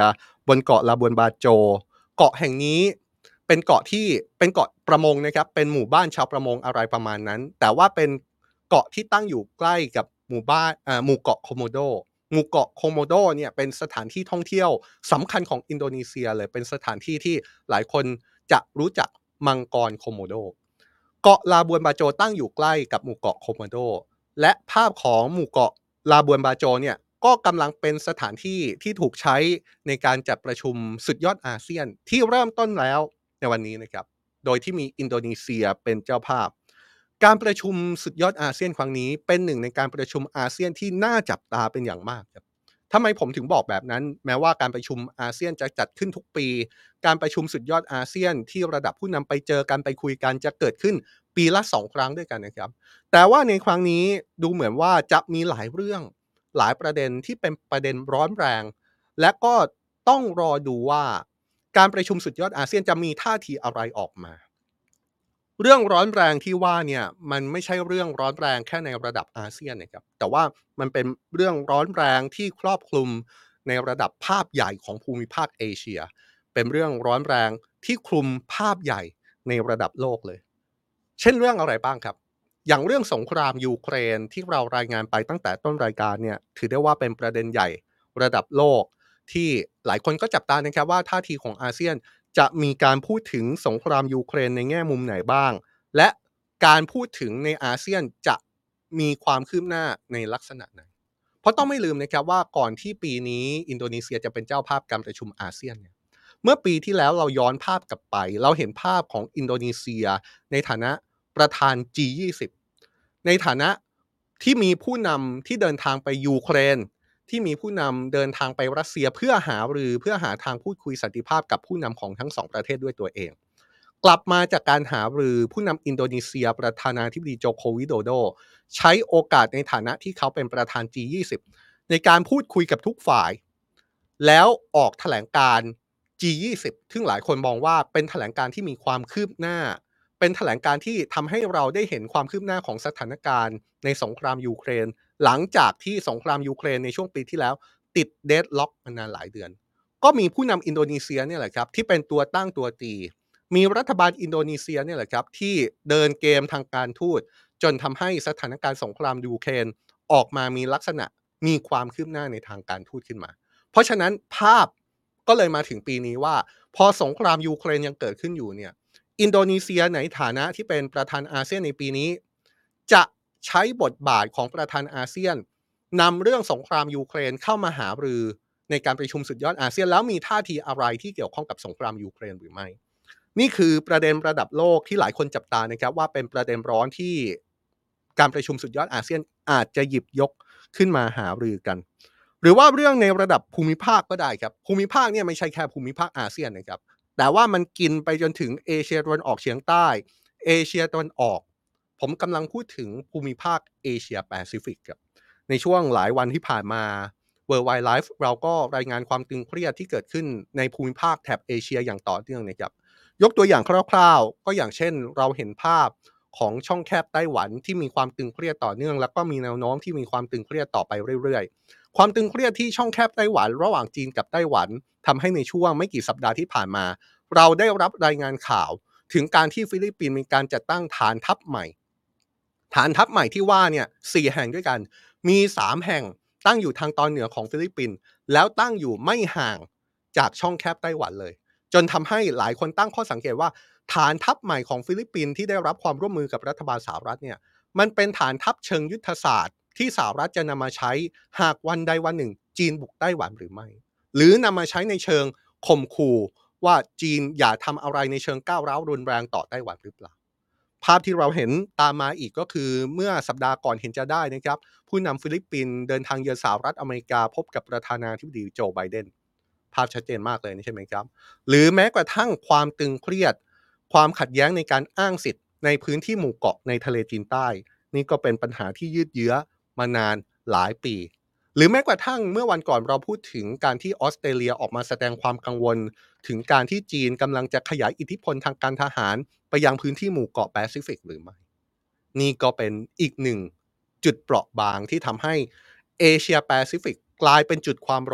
บนเกาะลาบวนบาโจเกาะแห่งนี้เป็นเกาะที่เป็นเกาะประมงนะครับเป็นหมู่บ้านชาวประมงอะไรประมาณนั้นแต่ว่าเป็นเกาะที่ตั้งอยู่ใกล้กับหมู่บ้านหมู่เกาะโคโมโดหมู่เกาะโคโมโดเนี่ยเป็นสถานที่ท่องเที่ยวสำคัญของอินโดนีเซียเลยเป็นสถานที่ที่หลายคนจะรู้จักมังกรโคโมโดเกาะลาบวนบาโจตั้งอยู่ใกล้กับหมู่เกาะโคโมโดและภาพของหมู่เกาะลาบวนบาโจเนี่ยก็กำลังเป็นสถานที่ที่ถูกใช้ในการจัดประชุมสุดยอดอาเซียนที่เริ่มต้นแล้วในวันนี้นะครับโดยที่มีอินโดนีเซียเป็นเจ้าภาพการประชุมสุดยอดอาเซียนครั้งนี้เป็นหนึ่งในการประชุมอาเซียนที่น่าจับตาเป็นอย่างมากครับ ทำไมผมถึงบอกแบบนั้นแม้ว่าการประชุมอาเซียนจะจัดขึ้นทุกปีการประชุมสุดยอดอาเซียนที่ระดับผู้นำไปเจอกันไปคุยกันจะเกิดขึ้นปีละ2ครั้งด้วยกันนะครับแต่ว่าในครั้งนี้ดูเหมือนว่าจะมีหลายเรื่องหลายประเด็นที่เป็นประเด็นร้อนแรงและก็ต้องรอดูว่าการประชุมสุดยอดอาเซียนจะมีท่าทีอะไรออกมา เรื่องร้อนแรงที่ว่าเนี่ยมันไม่ใช่เรื่องร้อนแรงแค่ในระดับอาเซียนนะครับแต่ว่ามันเป็นเรื่องร้อนแรงที่ครอบคลุมในระดับภาพใหญ่ของภูมิภาคเอเชียเป็นเรื่องร้อนแรงที่คลุมภาพใหญ่ในระดับโลกเลยเช่นเรื่องอะไรบ้างครับอย่างเรื่องสงครามยูเครนที่เรารายงานไปตั้งแต่ต้นรายการเนี่ยถือได้ว่าเป็นประเด็นใหญ่ระดับโลกที่หลายคนก็จับตานะครับว่าท่าทีของอาเซียน จะมีการพูดถึงสงครามยูเครนในแง่มุมไหนบ้าง และการพูดถึงในอาเซียนจะมีความคืบหน้าในลักษณะไหน เพราะต้องไม่ลืมนะครับว่าก่อนที่ปีนี้อินโดนีเซียจะเป็นเจ้าภาพการประชุมอาเซียนเนี่ยเมื่อปีที่แล้วเราย้อนภาพกลับไปเราเห็นภาพของอินโดนีเซียในฐานะประธาน G20 ในฐานะที่มีผู้นำที่เดินทางไปยูเครน ที่มีผู้นำเดินทางไปรัสเซียเพื่อหารือเพื่อหาทางพูดคุยสันติภาพกับผู้นำของทั้งสองประเทศด้วยตัวเองกลับมาจากการหารือผู้นำอินโดนีเซียประธานาธิบดีโจโควิโดโดใช้โอกาสในฐานะที่เขาเป็นประธาน G20 ในการพูดคุยกับทุกฝ่ายแล้วออกแถลงการ G20 ซึ่งหลายคนมองว่าเป็นแถลงการที่มีความคืบหน้าเป็นแถลงการที่ทำให้เราได้เห็นความคืบหน้าของสถานการณ์ในสงครามยูเครน หลังจากที่สงครามยูเครนในช่วงปีที่แล้วติดเดดล็อกมานานหลายเดือนก็มีผู้นำอินโดนีเซียเนี่ยแหละครับที่เป็นตัวตั้งตัวตีมีรัฐบาลอินโดนีเซียเนี่ยแหละครับที่เดินเกมทางการทูตจนทำให้สถานการณ์สงครามยูเครนออกมามีลักษณะมีความคืบหน้าในทางการทูตขึ้นมาเพราะฉะนั้นภาพก็เลยมาถึงปีนี้ว่าพอสงครามยูเครนยังเกิดขึ้นอยู่เนี่ยอินโดนีเซียในฐานะที่เป็นประธานอาเซียนในปีนี้จะ ใช้บทบาทของประธานอาเซียนนำเรื่องสงครามยูเครนเข้ามาหารือในการประชุมสุดยอดอาเซียนแล้วมีท่าทีอะไรที่เกี่ยวข้องกับสงครามยูเครนหรือไม่นี่คือประเด็นระดับโลกที่หลายคนจับตานะครับว่าเป็นประเด็นร้อนที่การประชุมสุดยอดอาเซียนอาจจะหยิบยกขึ้นมาหารือกันหรือว่าเรื่องในระดับภูมิภาคก็ได้ครับภูมิภาคเนี่ยไม่ใช่แค่ภูมิภาคอาเซียนนะครับแต่ว่ามันกินไปจนถึงเอเชียตะวันออกเฉียงใต้เอเชียตะวันออก ผมกำลังพูดถึงภูมิภาคเอเชียแปซิฟิกครับในช่วงหลายวันที่ผ่านมา Worldwide Life เราก็รายงานความตึงเครียดที่เกิดขึ้นในภูมิภาคแถบเอเชียอย่างต่อเนื่องนะครับยกตัวอย่างคร่าวๆก็อย่างเช่นเราเห็นภาพของช่องแคบไต้หวันที่มีความตึงเครียดต่อเนื่องแล้วก็มีแนวโน้มที่มีความตึงเครียดต่อไปเรื่อยๆความตึงเครียดที่ช่องแคบไต้หวันระหว่างจีนกับไต้หวันทำให้ในช่วงไม่กี่สัปดาห์ที่ผ่านมาเราได้รับรายงานข่าวถึงการที่ฟิลิปปินส์มีการจัดตั้งฐานทัพใหม่ ฐานทัพใหม่ที่ว่าเนี่ย4แห่งด้วยกันมี3แห่งตั้งอยู่ทางตอนเหนือของฟิลิปปินส์แล้วตั้งอยู่ไม่ห่างจากช่องแคบไต้หวันเลยจนทำให้หลายคนตั้งข้อสังเกตว่าฐานทัพใหม่ของฟิลิปปินส์ที่ได้รับความร่วมมือกับรัฐบาลสหรัฐเนี่ยมันเป็นฐานทัพเชิงยุทธศาสตร์ที่สหรัฐจะนำมาใช้หากวันใดวันหนึ่งจีนบุกไต้หวันหรือไม่หรือนำมาใช้ในเชิงข่มขู่ว่าจีนอย่าทำอะไรในเชิงก้าวร้าวรุนแรงต่อไต้หวันหรือเปล่า ภาพที่เราเห็นตามมาอีกก็คือเมื่อสัปดาห์ก่อนเห็นจะได้นะครับผู้นำฟิลิปปินส์เดินทางเยือนสหรัฐอเมริกาพบกับประธานาธิบดีโจไบเดนภาพชัดเจนมากเลยนี่ใช่ไหมครับหรือแม้กระทั่งความตึงเครียดความขัดแย้งในการอ้างสิทธิ์ในพื้นที่หมู่เกาะในทะเลจีนใต้นี่ก็เป็นปัญหาที่ยืดเยื้อมานานหลายปีหรือแม้กระทั่งเมื่อวันก่อนเราพูดถึงการที่ออสเตรเลียออกมาแสดงความกังวลถึงการที่จีนกำลังจะขยายอิทธิพลทางการทหารไปยังพื้นที่หมู่เกาะแปซิฟิกหรือไม่นี่ก็เป็นอีกหนึ่งจุดเปราะบางที่ทำให้เอเชียแปซิฟิกกลายเป็นจุดความร้อน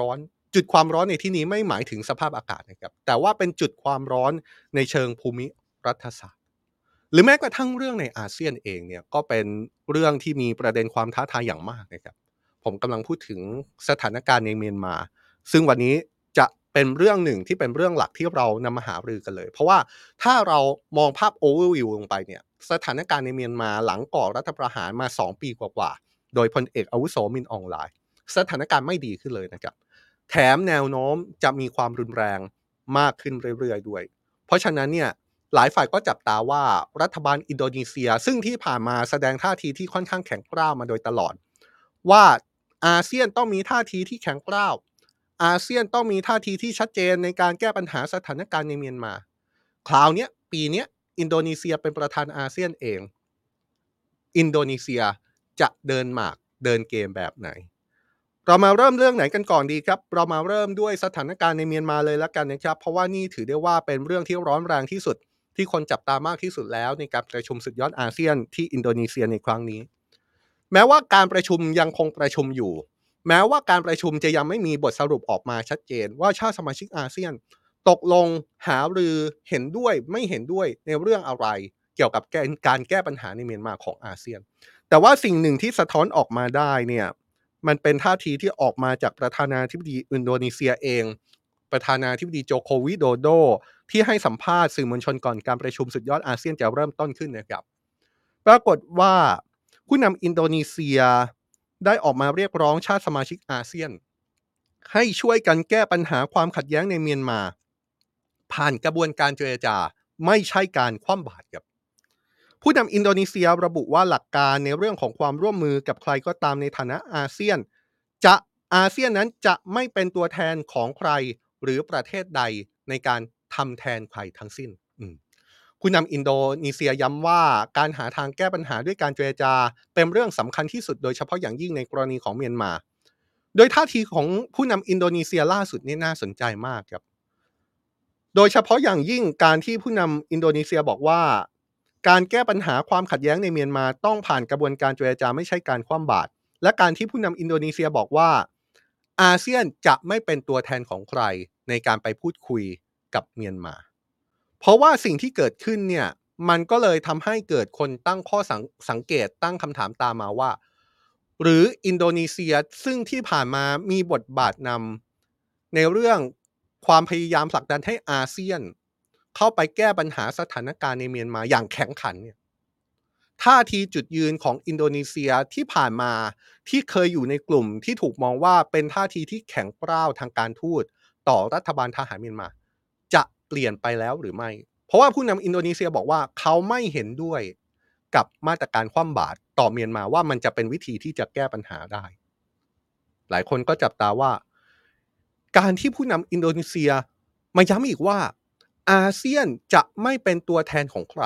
จุดความร้อนในที่นี้ไม่หมายถึงสภาพอากาศนะครับแต่ว่าเป็นจุดความร้อนในเชิงภูมิรัฐศาสตร์หรือแม้กระทั่งเรื่องในอาเซียนเองเนี่ยก็เป็นเรื่องที่มีประเด็นความท้าทายอย่างมากนะครับผมกำลังพูดถึงสถานการณ์ในเมียนมาซึ่งวันนี้จะเป็นเรื่องหนึ่งที่เป็นเรื่องหลักที่เรานำมาหารือกันเลยเพราะว่าถ้าเรามองภาพ overview ลงไปเนี่ยสถานการณ์ในเมียนมาหลังก่อรัฐประหารมา2ปีกว่าๆโดยพลเอกอาวุโสมินอองไลน์สถานการณ์ไม่ดีขึ้นเลยนะครับ แถมแนวโน้มจะมีความรุนแรงมากขึ้นเรื่อยๆด้วย เพราะฉะนั้นเนี่ยหลายฝ่ายก็จับตาว่ารัฐบาลอินโดนีเซียซึ่งที่ผ่านมาแสดงท่าทีที่ค่อนข้างแข็งกร้าวมาโดยตลอดว่าอาเซียนต้องมีท่าทีที่แข็งกร้าวอาเซียนต้องมีท่าทีที่ชัดเจนในการแก้ปัญหาสถานการณ์ในเมียนมาคราวนี้ปีนี้อินโดนีเซียเป็นประธานอาเซียนเองอินโดนีเซียจะเดินหมากเดินเกมแบบไหน เรามาเริ่มเรื่องไหนกันก่อนดีครับเรามาเริ่มด้วยสถานการณ์ในเมียนมาเลยแล้วกันนะครับเพราะว่านี่ถือได้ว่าเป็นเรื่องที่ร้อนแรงที่สุดที่คนจับตามากที่สุดแล้วในการประชุมสุดยอดอาเซียนที่อินโดนีเซียในครั้งนี้แม้ว่าการประชุมยังคงประชุมอยู่แม้ว่าการประชุมจะยังไม่มีบทสรุปออกมาชัดเจนว่าชาติสมาชิกอาเซียนตกลงหารือเห็นด้วยไม่เห็นด้วยในเรื่องอะไรเกี่ยวกับการแก้ปัญหาในเมียนมาของอาเซียนแต่ว่าสิ่งหนึ่งที่สะท้อนออกมาได้เนี่ย มันเป็นท่าทีที่ออกมาจากประธานาธิบดีอินโดนีเซียเองประธานาธิบดีโจโควิโดโดที่ให้สัมภาษณ์สื่อมวลชนก่อนการประชุมสุดยอดอาเซียนจะเริ่มต้นขึ้นนะครับปรากฏว่าผู้นำอินโดนีเซียได้ออกมาเรียกร้องชาติสมาชิกอาเซียนให้ช่วยกันแก้ปัญหาความขัดแย้งในเมียนมาผ่านกระบวนการเจรจาไม่ใช่การคว่ำบาตรครับ ผู้นำอินโดนีเซียระบุว่าหลักการในเรื่องของความร่วมมือกับใครก็ตามในฐานะอาเซียนจะอาเซียนนั้นจะไม่เป็นตัวแทนของใครหรือประเทศใดในการทำแทนใครทั้งสิ้นผู้นำอินโดนีเซียย้ำว่าการหาทางแก้ปัญหาด้วยการเจรจาเป็นเรื่องสำคัญที่สุดโดยเฉพาะอย่างยิ่งในกรณีของเมียนมาโดยท่าทีของผู้นำอินโดนีเซียล่าสุดนี่น่าสนใจมากครับ โดยเฉพาะอย่างยิ่งการที่ผู้นำอินโดนีเซียบอกว่าการแก้ปัญหาความขัดแย้งในเมียนมาต้องผ่านกระบวนการเจรจาไม่ใช่การคว่ำบาตรและการที่ผู้นำอินโดนีเซียบอกว่าอาเซียนจะไม่เป็นตัวแทนของใครในการไปพูดคุยกับเมียนมาเพราะว่าสิ่งที่เกิดขึ้นเนี่ยมันก็เลยทำให้เกิดคนตั้งข้อสังเกตตั้งคำถามตามมาว่าหรืออินโดนีเซียซึ่งที่ผ่านมามีบทบาทนำในเรื่องความพยายามผลักดันให้อาเซียนเข้าไปแก้ปัญหาสถานการณ์ในเมียนมาอย่างแข็งขันเนี่ยท่าทีจุดยืนของอินโดนีเซียที่ผ่านมาที่เคยอยู่ในกลุ่มที่ถูกมองว่าเป็นท่าทีที่แข็งกร้าวทางการทูตต่อรัฐบาลทหารเมียนมาจะเปลี่ยนไปแล้วหรือไม่เพราะว่าผู้นำอินโดนีเซียบอกว่าเขาไม่เห็นด้วยกับมาตรการคว่ำบาตรต่อเมียนมาว่ามันจะเป็นวิธีที่จะแก้ปัญหาได้หลายคนก็จับตาว่าการที่ผู้นำอินโดนีเซียมาย้ำอีกว่าอาเซียนจะไม่เป็นตัวแทนของใคร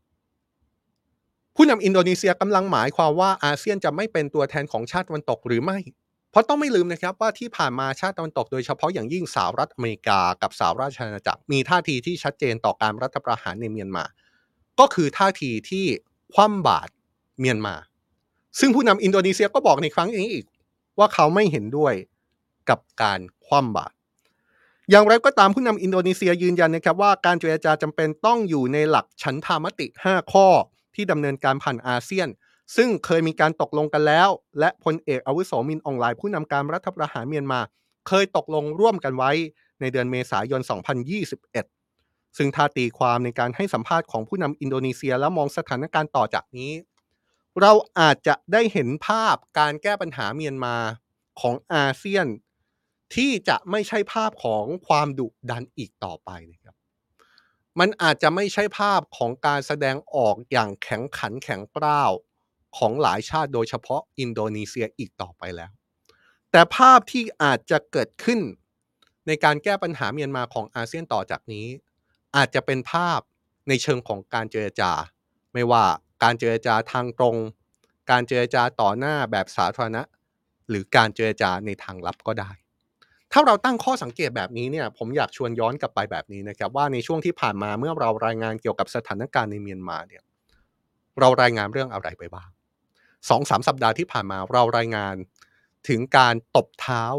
ผู้นำอินโดนีเซียกำลังหมายความว่าอาเซียนจะไม่เป็นตัวแทนของชาติตะวันตกหรือไม่เพราะต้องไม่ลืมนะครับว่าที่ผ่านมาชาติตะวันตกโดยเฉพาะอย่างยิ่งสหรัฐอเมริกากับสหราชอาณาจักรมีท่าทีที่ชัดเจนต่อการรัฐประหารในเมียนมาก็คือท่าทีที่คว่ำบาตรเมียนมาซึ่งผู้นำอินโดนีเซียก็บอกในครั้งนี้อีกว่าเขาไม่เห็นด้วยกับการคว่ำบาตร อย่างไรก็ตามผู้นำอินโดนีเซียยืนยันนะครับว่าการเจรจาจำเป็นต้องอยู่ในหลักฉันทามติ5ข้อที่ดำเนินการผ่านอาเซียนซึ่งเคยมีการตกลงกันแล้วและพลเอกอาวุโสมินอองไลน์ผู้นำการรัฐประหารเมียนมาเคยตกลงร่วมกันไว้ในเดือนเมษายน 2021 ซึ่งถ้าตีความในการให้สัมภาษณ์ของผู้นำอินโดนีเซียแล้วมองสถานการณ์ต่อจากนี้เราอาจจะได้เห็นภาพการแก้ปัญหาเมียนมาของอาเซียนที่จะไม่ใช่ภาพของความดุดันอีกต่อไปนะครับมันอาจจะไม่ใช่ภาพของการแสดงออกอย่างแข็งขันแข็งกร้าวของหลายชาติโดยเฉพาะอินโดนีเซียอีกต่อไปแล้วแต่ภาพที่อาจจะเกิดขึ้นในการแก้ปัญหาเมียนมาของอาเซียนต่อจากนี้อาจจะเป็นภาพในเชิงของการเจรจาไม่ว่าการเจรจาทางตรงการเจรจาต่อหน้าแบบสาธารณะหรือการเจรจาในทางลับก็ได้ ถ้าเราตั้งข้อสังเกตแบบนี้เนี่ยผมอยากชวนย้อนกลับไปแบบนี้นะครับว่าในช่วงที่ผ่านมาเมื่อเรารายงานเกี่ยวกับสถานการณ์ในเมียนมาเนี่ยเรารายงานเรื่องอะไรไปบ้าง2-3 สัปดาห์ที่ผ่านมาเรารายงานถึงการตบเท้า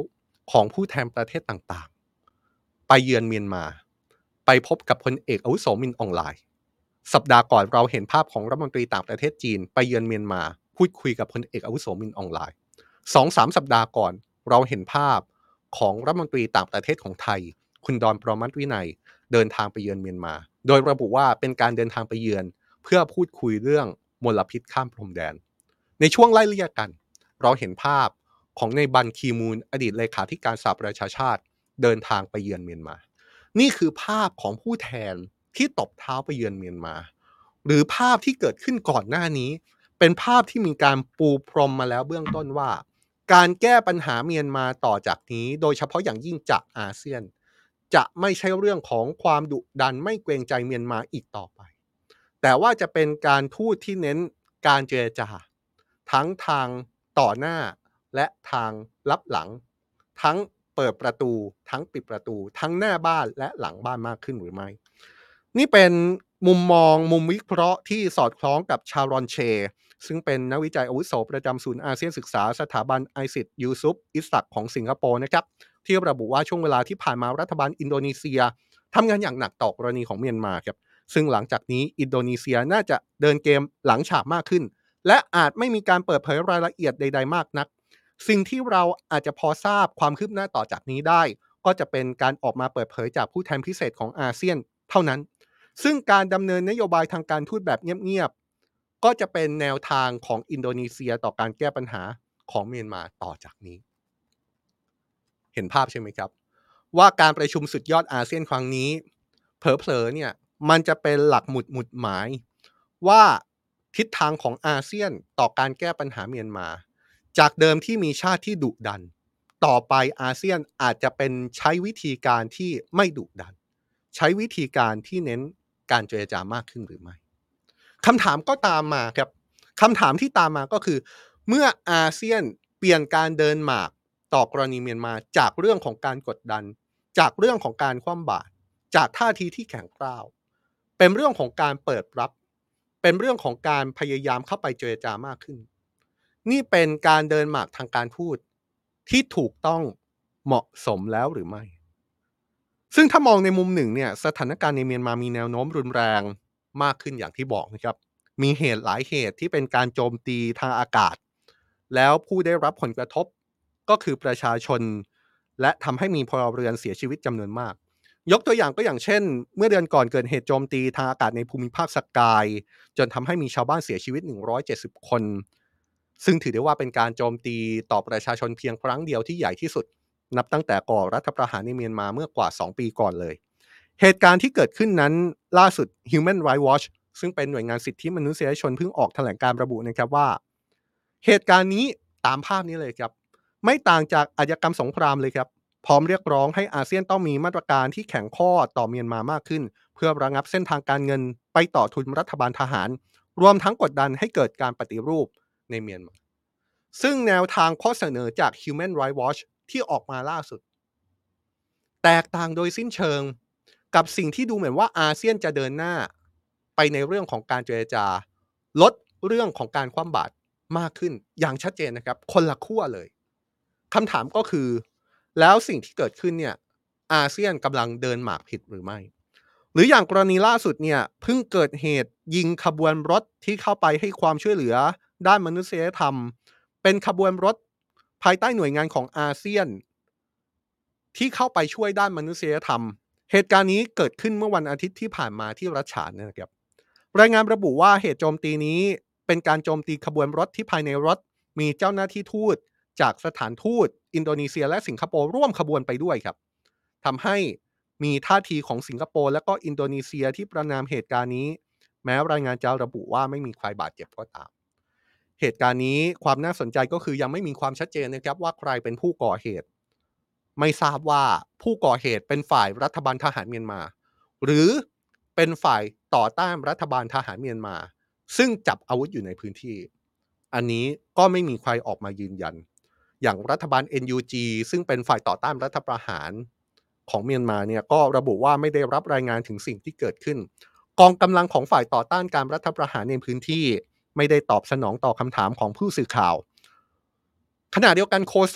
ของผู้แทนประเทศต่างๆไปเยือนเมียนมาไปพบกับพลเอกอาวุโสมินอองไลน์สัปดาห์ก่อนเราเห็นภาพของรัฐมนตรีต่างประเทศจีนไปเยือนเมียนมาพูดคุยกับพลเอกอาวุโสมินอองไลน์2-3สัปดาห์ก่อนเราเห็นภาพของรัฐมนตรีต่างประเทศของไทยคุณดอนประมัติวินัยเดินทางไปเยือนเมียนมาโดยระบุว่าเป็นการเดินทางไปเยือนเพื่อพูดคุยเรื่องมลพิษข้ามพรมแดนในช่วงไล่เลี่ยกันเราเห็นภาพของในบันคีมูลอดีตเลขาธิการสหประชาชาติเดินทางไปเยือนเมียนมานี่คือภาพของผู้แทนที่ตบเท้าไปเยือนเมียนมาหรือภาพที่เกิดขึ้นก่อนหน้านี้เป็นภาพที่มีการปูพรมมาแล้วเบื้องต้นว่าการแก้ปัญหาเมียนมาต่อจากนี้โดยเฉพาะอย่างยิ่งจากอาเซียนจะไม่ใช่เรื่องของความดุดันไม่เกรงใจเมียนมาอีกต่อไปแต่ว่าจะเป็นการทูตที่เน้นการเจรจาทั้งทางต่อหน้าและทางลับหลังทั้งเปิดประตูทั้งปิดประตูทั้งหน้าบ้านและหลังบ้านมากขึ้นหรือไม่นี่เป็นมุมมองมุมวิเคราะห์ที่สอดคล้องกับชารอนเชซึ่งเป็นนักวิจัยอาวุโสประจำศูนย์อาเซียนศึกษาสถาบันไอซิดยูซุปอิสตักของสิงคโปร์นะครับที่ระบุว่าช่วงเวลาที่ผ่านมารัฐบาลอินโดนีเซียทำงานอย่างหนักต่อกรณีของเมียนมาครับซึ่งหลังจากนี้อินโดนีเซียน่าจะเดินเกมหลังฉากมากขึ้นและอาจไม่มีการเปิดเผยรายละเอียดใดๆมากนักสิ่งที่เราอาจจะพอทราบความคืบหน้าต่อจากนี้ได้ก็จะเป็นการออกมาเปิดเผยจากผู้แทนพิเศษของอาเซียนเท่านั้นซึ่งการดำเนินนโยบายทางการทูตแบบเงียบๆก็จะเป็นแนวทางของอินโดนีเซียต่อการแก้ปัญหาของเมียนมาต่อจากนี้เห็นภาพใช่ไหมครับว่าการประชุมสุดยอดอาเซียนครั้งนี้เผลอๆเนี่ยมันจะเป็นหลักหมุดหมายว่าทิศทางของอาเซียนต่อการแก้ปัญหาเมียนมาจากเดิมที่มีชาติที่ดุดันต่อไปอาเซียนอาจจะเป็นใช้วิธีการที่ไม่ดุดันใช้วิธีการที่เน้นการเจรจามากขึ้นหรือไม่คำถามก็ตามมาครับคำถามที่ตามมาก็คือเมื่ออาเซียนเปลี่ยนการเดินหมากต่อกรณีเมียนมาจากเรื่องของการกดดันจากเรื่องของการคว่ำบาตรจากท่าทีที่แข็งกร้าวเป็นเรื่องของการเปิดรับเป็นเรื่องของการพยายามเข้าไปเจรจามากขึ้นนี่เป็นการเดินหมากทางการทูตที่ถูกต้องเหมาะสมแล้วหรือไม่ซึ่งถ้ามองในมุมหนึ่งเนี่ยสถานการณ์ในเมียนมามีแนวโน้มรุนแรงมากขึ้นอย่างที่บอกนะครับมีเหตุหลายเหตุที่เป็นการโจมตีทางอากาศแล้วผู้ได้รับผลกระทบก็คือประชาชนและทำให้มีพลเรือนเสียชีวิตจำนวนมากยกตัวอย่างก็อย่างเช่นเมื่อเดือนก่อนเกิดเหตุโจมตีทางอากาศในภูมิภาคสกายจนทำให้มีชาวบ้านเสียชีวิต170คนซึ่งถือได้ว่าเป็นการโจมตีต่อประชาชนเพียงครั้งเดียวที่ใหญ่ที่สุดนับตั้งแต่ก่อรัฐประหารในเมียนมาเมื่อกว่า2ปีก่อนเลยเหตุการณ์ที่เกิดขึ้นนั้นล่าสุด Human Rights Watch ซึ่งเป็นหน่วยงานสิทธิมนุษยชนเพิ่งออกแถลงการระบุนะครับว่าเหตุการณ์นี้ตามภาพนี้เลยครับไม่ต่างจากอาชญากรรมสงครามเลยครับพร้อมเรียกร้องให้อาเซียนต้องมีมาตรการที่แข็งข้อต่อเมียนมามากขึ้นเพื่อระงับเส้นทางการเงินไปต่อทุนรัฐบาลทหารรวมทั้งกดดันให้เกิดการปฏิรูปในเมียนมาซึ่งแนวทางข้อเสนอจาก Human Rights Watch ที่ออกมาล่าสุดแตกต่างโดยสิ้นเชิงกับสิ่งที่ดูเหมือนว่าอาเซียนจะเดินหน้าไปในเรื่องของการเจรจาลดเรื่องของการคว่ำบาตรมากขึ้นอย่างชัดเจนนะครับคนละขั้วเลยคำถามก็คือแล้วสิ่งที่เกิดขึ้นเนี่ยอาเซียนกำลังเดินหมากผิดหรือไม่หรืออย่างกรณีล่าสุดเนี่ยเพิ่งเกิดเหตุยิงขบวนรถที่เข้าไปให้ความช่วยเหลือด้านมนุษยธรรมเป็นขบวนรถภายใต้หน่วยงานของอาเซียนที่เข้าไปช่วยด้านมนุษยธรรมเหตุการณ์นี้เกิดขึ้นเมื่อวันอาทิตย์ที่ผ่านมาที่รัฐฉานนะครับรายงานระบุว่าเหตุโจมตีนี้เป็นการโจมตีขบวนรถที่ภายในรถมีเจ้าหน้าที่ทูตจากสถานทูตอินโดนีเซียและสิงคโปร์ร่วมขบวนไปด้วยครับทำให้มีท่าทีของสิงคโปร์และก็อินโดนีเซียที่ประนามเหตุการณ์นี้แม้รายงานจะระบุว่าไม่มีใครบาดเจ็บก็ตามเหตุการณ์นี้ความน่าสนใจก็คือยังไม่มีความชัดเจนนะครับว่าใครเป็นผู้ก่อเหตุไม่ทราบว่าผู้ก่อเหตุเป็นฝ่ายรัฐบาลทหารเมียนมาหรือเป็นฝ่ายต่อต้านรัฐบาลทหารเมียนมาซึ่งจับอาวุธอยู่ในพื้นที่อันนี้ก็ไม่มีใครออกมายืนยันอย่างรัฐบาล NUG ซึ่งเป็นฝ่ายต่อต้านรัฐประหารของเมียนมาเนี่ยก็ระบุว่าไม่ได้รับรายงานถึงสิ่งที่เกิดขึ้นกองกำลังของฝ่ายต่อต้านการรัฐประหารในพื้นที่ไม่ได้ตอบสนองต่อคำถามของผู้สื่อข่าวขณะเดียวกันโฆษก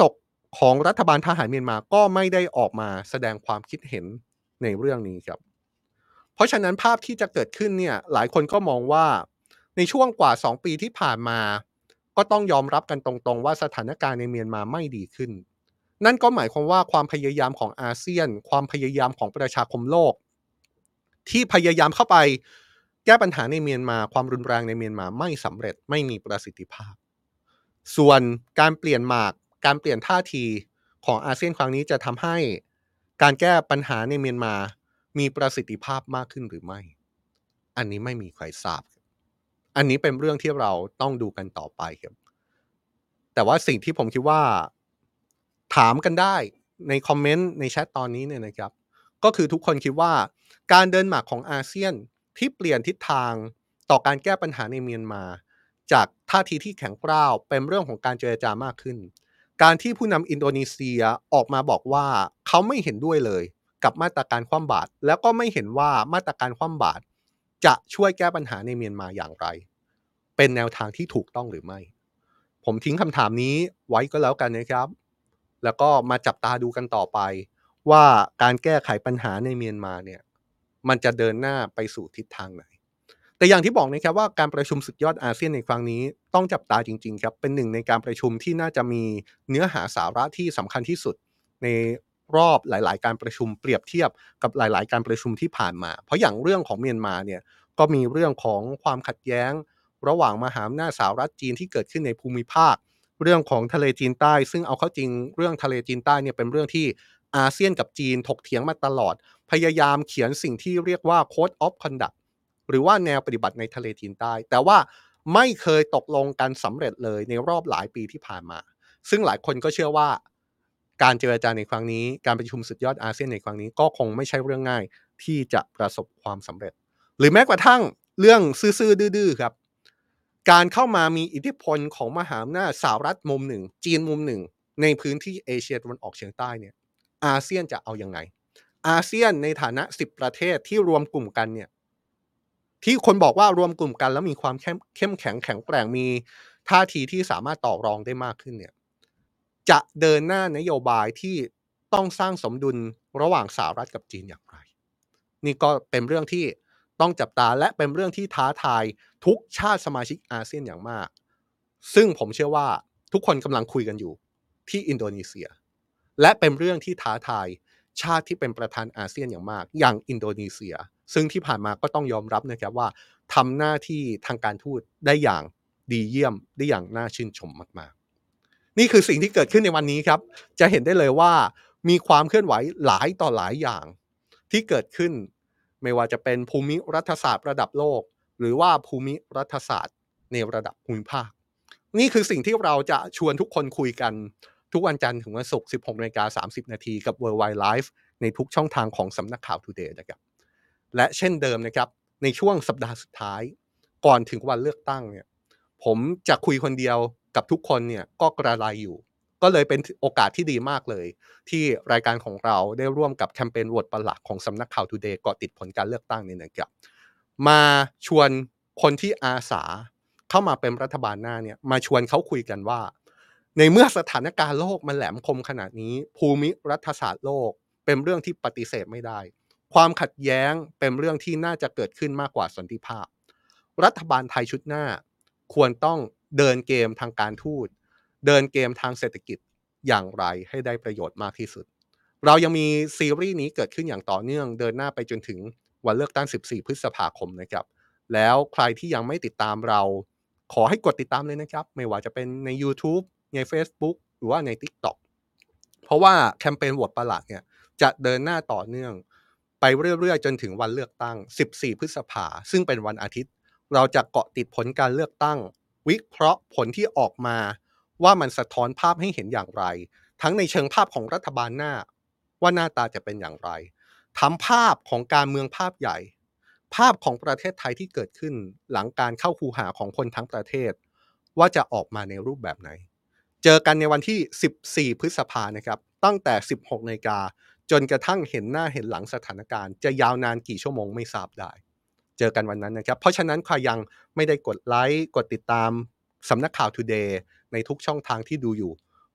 ของรัฐบาลทหารเมียนมาก็ไม่ได้ออกมาแสดงความคิดเห็นในเรื่องนี้ครับเพราะฉะนั้นภาพที่จะเกิดขึ้นเนี่ยหลายคนก็มองว่าในช่วงกว่า2ปีที่ผ่านมาก็ต้องยอมรับกันตรงๆว่าสถานการณ์ในเมียนมาไม่ดีขึ้นนั่นก็หมายความว่าความพยายามของอาเซียนความพยายามของประชาคมโลกที่พยายามเข้าไปแก้ปัญหาในเมียนมาความรุนแรงในเมียนมาไม่สำเร็จไม่มีประสิทธิภาพ ส่วนการเปลี่ยนหมากการเปลี่ยนท่าทีของอาเซียนครั้งนี้จะทำให้การแก้ปัญหาในเมียนมามีประสิทธิภาพมากขึ้นหรือไม่อันนี้ไม่มีใครทราบอันนี้เป็นเรื่องที่เราต้องดูกันต่อไปครับแต่ว่าสิ่งที่ผมคิดว่าถามกันได้ในคอมเมนต์ในแชทตอนนี้เนี่ยนะครับก็คือทุกคนคิดว่าการเดินหมากของอาเซียนที่เปลี่ยนทิศทางต่อการแก้ปัญหาในเมียนมาจากท่าทีที่แข็งกร้าวเป็นเรื่องของการเจรจามากขึ้นการที่ผู้นำอินโดนีเซียออกมาบอกว่าเขาไม่เห็นด้วยเลยกับมาตรการคว่ำบาตรแล้วก็ไม่เห็นว่ามาตรการคว่ำบาตรจะช่วยแก้ปัญหาในเมียนมาอย่างไรเป็นแนวทางที่ถูกต้องหรือไม่ผมทิ้งคำถามนี้ไว้ก็แล้วกันนะครับ แล้วก็มาจับตาดูกันต่อไปว่าการแก้ไขปัญหาในเมียนมาเนี่ยมันจะเดินหน้าไปสู่ทิศทางไหนแต่อย่างที่บอกนะครับว่าการประชุมสุดยอดอาเซียนในครั้งนี้ต้องจับตาจริงๆครับเป็นหนึ่งในการประชุมที่น่าจะมีเนื้อหาสาระที่สำคัญที่สุดในรอบหลายๆการประชุมเปรียบเทียบกับหลายๆการประชุมที่ผ่านมาเพราะอย่างเรื่องของเมียนมาเนี่ยก็มีเรื่องของความขัดแย้งระหว่างมหาอำนาจสหรัฐจีนที่เกิดขึ้นในภูมิภาค เรื่องของทะเลจีนใต้ซึ่งเอาเข้าจริงเรื่องทะเลจีนใต้เนี่ยเป็นเรื่องที่อาเซียนกับจีนถกเถียงมาตลอดพยายามเขียนสิ่งที่เรียกว่า Code of Conduct หรือว่าแนวปฏิบัติในทะเลจีนใต้แต่ว่าไม่เคยตกลงกันสำเร็จเลยในรอบหลายปีที่ผ่านมาซึ่งหลายคนก็เชื่อว่าการเจรจาในครั้งนี้การประชุมสุดยอดอาเซียนในครั้งนี้ก็คงไม่ใช่เรื่องง่ายที่จะประสบความสำเร็จหรือแม้กระทั่งเรื่องซื่อๆดื้อๆครับ การเข้ามามีอิทธิพลของมหาอำนาจสหรัฐมุมหนึ่งจีนมุมหนึ่งในพื้นที่เอเชียตะวันออกเฉียงใต้เนี่ยอาเซียนจะเอายังไงอาเซียนในฐานะ10ประเทศที่รวมกลุ่มกันเนี่ยที่คนบอกว่ารวมกลุ่มกันแล้วมีความเข้มแข็งแข็งแกร่งมีท่าทีที่สามารถต่อรองได้มากขึ้นเนี่ยจะเดินหน้านโยบายที่ต้องสร้างสมดุลระหว่างสหรัฐกับจีนอย่างไร นี่ก็เป็นเรื่องที่ต้องจับตาและเป็นเรื่องที่ท้าทายทุกชาติสมาชิกอาเซียนอย่างมากซึ่งผมเชื่อว่าทุกคนกำลังคุยกันอยู่ที่อินโดนีเซียและเป็นเรื่องที่ท้าทายชาติที่เป็นประธานอาเซียนอย่างมากอย่างอินโดนีเซียซึ่งที่ผ่านมาก็ต้องยอมรับนะครับว่าทำหน้าที่ทางการทูตได้อย่างดีเยี่ยมได้อย่างน่าชื่นชมมากๆนี่คือสิ่งที่เกิดขึ้นในวันนี้ครับจะเห็นได้เลยว่ามีความเคลื่อนไหวหลายต่อหลายอย่าง ที่เกิดขึ้นไม่ว่าจะเป็นภูมิรัฐศาสตร์ระดับโลกหรือว่าภูมิรัฐศาสตร์ในระดับภูมิภาคนี่คือสิ่งที่เราจะชวนทุกคนคุยกันทุกวันจันทร์ถึงวันศุกร์16:30 นาทีกับ Worldwide Live ในทุกช่องทางของสำนักข่าว Today นะครับและเช่นเดิมนะครับในช่วงสัปดาห์สุดท้ายก่อนถึงวันเลือกตั้งเนี่ยผมจะคุยคนเดียวกับทุกคนเนี่ยก็กระไรอยู่ก็เลยเป็นโอกาสที่ดีมากเลย ที่รายการของเราได้ร่วมกับแคมเปญโหวตประหลักของสำนักข่าว Today เกาะติดผลการเลือกตั้งเนี่ยนะครับมาชวนคนที่อาสาเข้ามาเป็นรัฐบาลหน้าเนี่ยมาชวนเขาคุยกันว่าในเมื่อสถานการณ์โลกมันแหลมคมขนาดนี้ภูมิรัฐศาสตร์โลกเป็นเรื่องที่ปฏิเสธไม่ได้ความขัดแย้งเป็นเรื่องที่น่าจะเกิดขึ้นมากกว่าสันติภาพรัฐบาลไทยชุดหน้าควรต้องเดินเกมทางการทูตเดินเกมทางเศรษฐกิจ อย่างไรให้ได้ประโยชน์มากที่สุด เรายังมีซีรีส์นี้เกิดขึ้นอย่างต่อเนื่องเดินหน้าไปจนถึงวันเลือกตั้ง14พฤษภาคมนะครับแล้วใครที่ยังไม่ติดตามเราขอให้กดติดตามเลยนะครับไม่ว่าจะเป็นในยูทูบในเฟซบุ๊กหรือว่าใน TikTok เพราะว่าแคมเปญโหวตประหลาดเนี่ยจะเดินหน้าต่อเนื่องไปเรื่อยๆจนถึงวันเลือกตั้ง14พฤษภาซึ่งเป็นวันอาทิตย์เราจะเกาะติดผลการเลือกตั้งวิเคราะห์ผลที่ออกมาว่ามันสะท้อนภาพให้เห็นอย่างไร ทั้งในเชิงภาพของรัฐบาลหน้าว่าหน้าตาจะเป็นอย่างไรทำภาพของการเมืองภาพใหญ่ภาพของประเทศไทยที่เกิดขึ้นหลังการเข้าคูหาของคนทั้งประเทศว่าจะออกมาในรูปแบบไหนเจอกันในวันที่14พฤษภานะครับตั้งแต่16นาฬิกาจนกระทั่งเห็นหน้าเห็นหลังสถานการณ์จะยาวนานกี่ชั่วโมงไม่ทราบได้เจอกันวันนั้นนะครับเพราะฉะนั้นใครยังไม่ได้กดไลค์กดติดตามสำนักข่าว Today ในทุกช่องทางที่ดูอยู่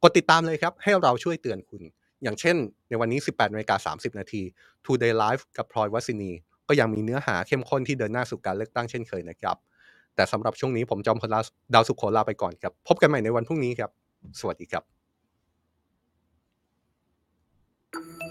กดติดตามเลยครับให้เราช่วยเตือนคุณอย่างเช่นในวันนี้ 18:30 น. Today Live กับพลอยวสินีก็ยังมีเนื้อหาเข้มข้นที่เดินหน้าสู่การเลือกตั้งเช่นเคยนะครับแต่สำหรับช่วงนี้ผมจอมพลดาวสุขโขลาไปก่อนครับพบกันใหม่ในวันพรุ่งนี้ครับสวัสดีครับ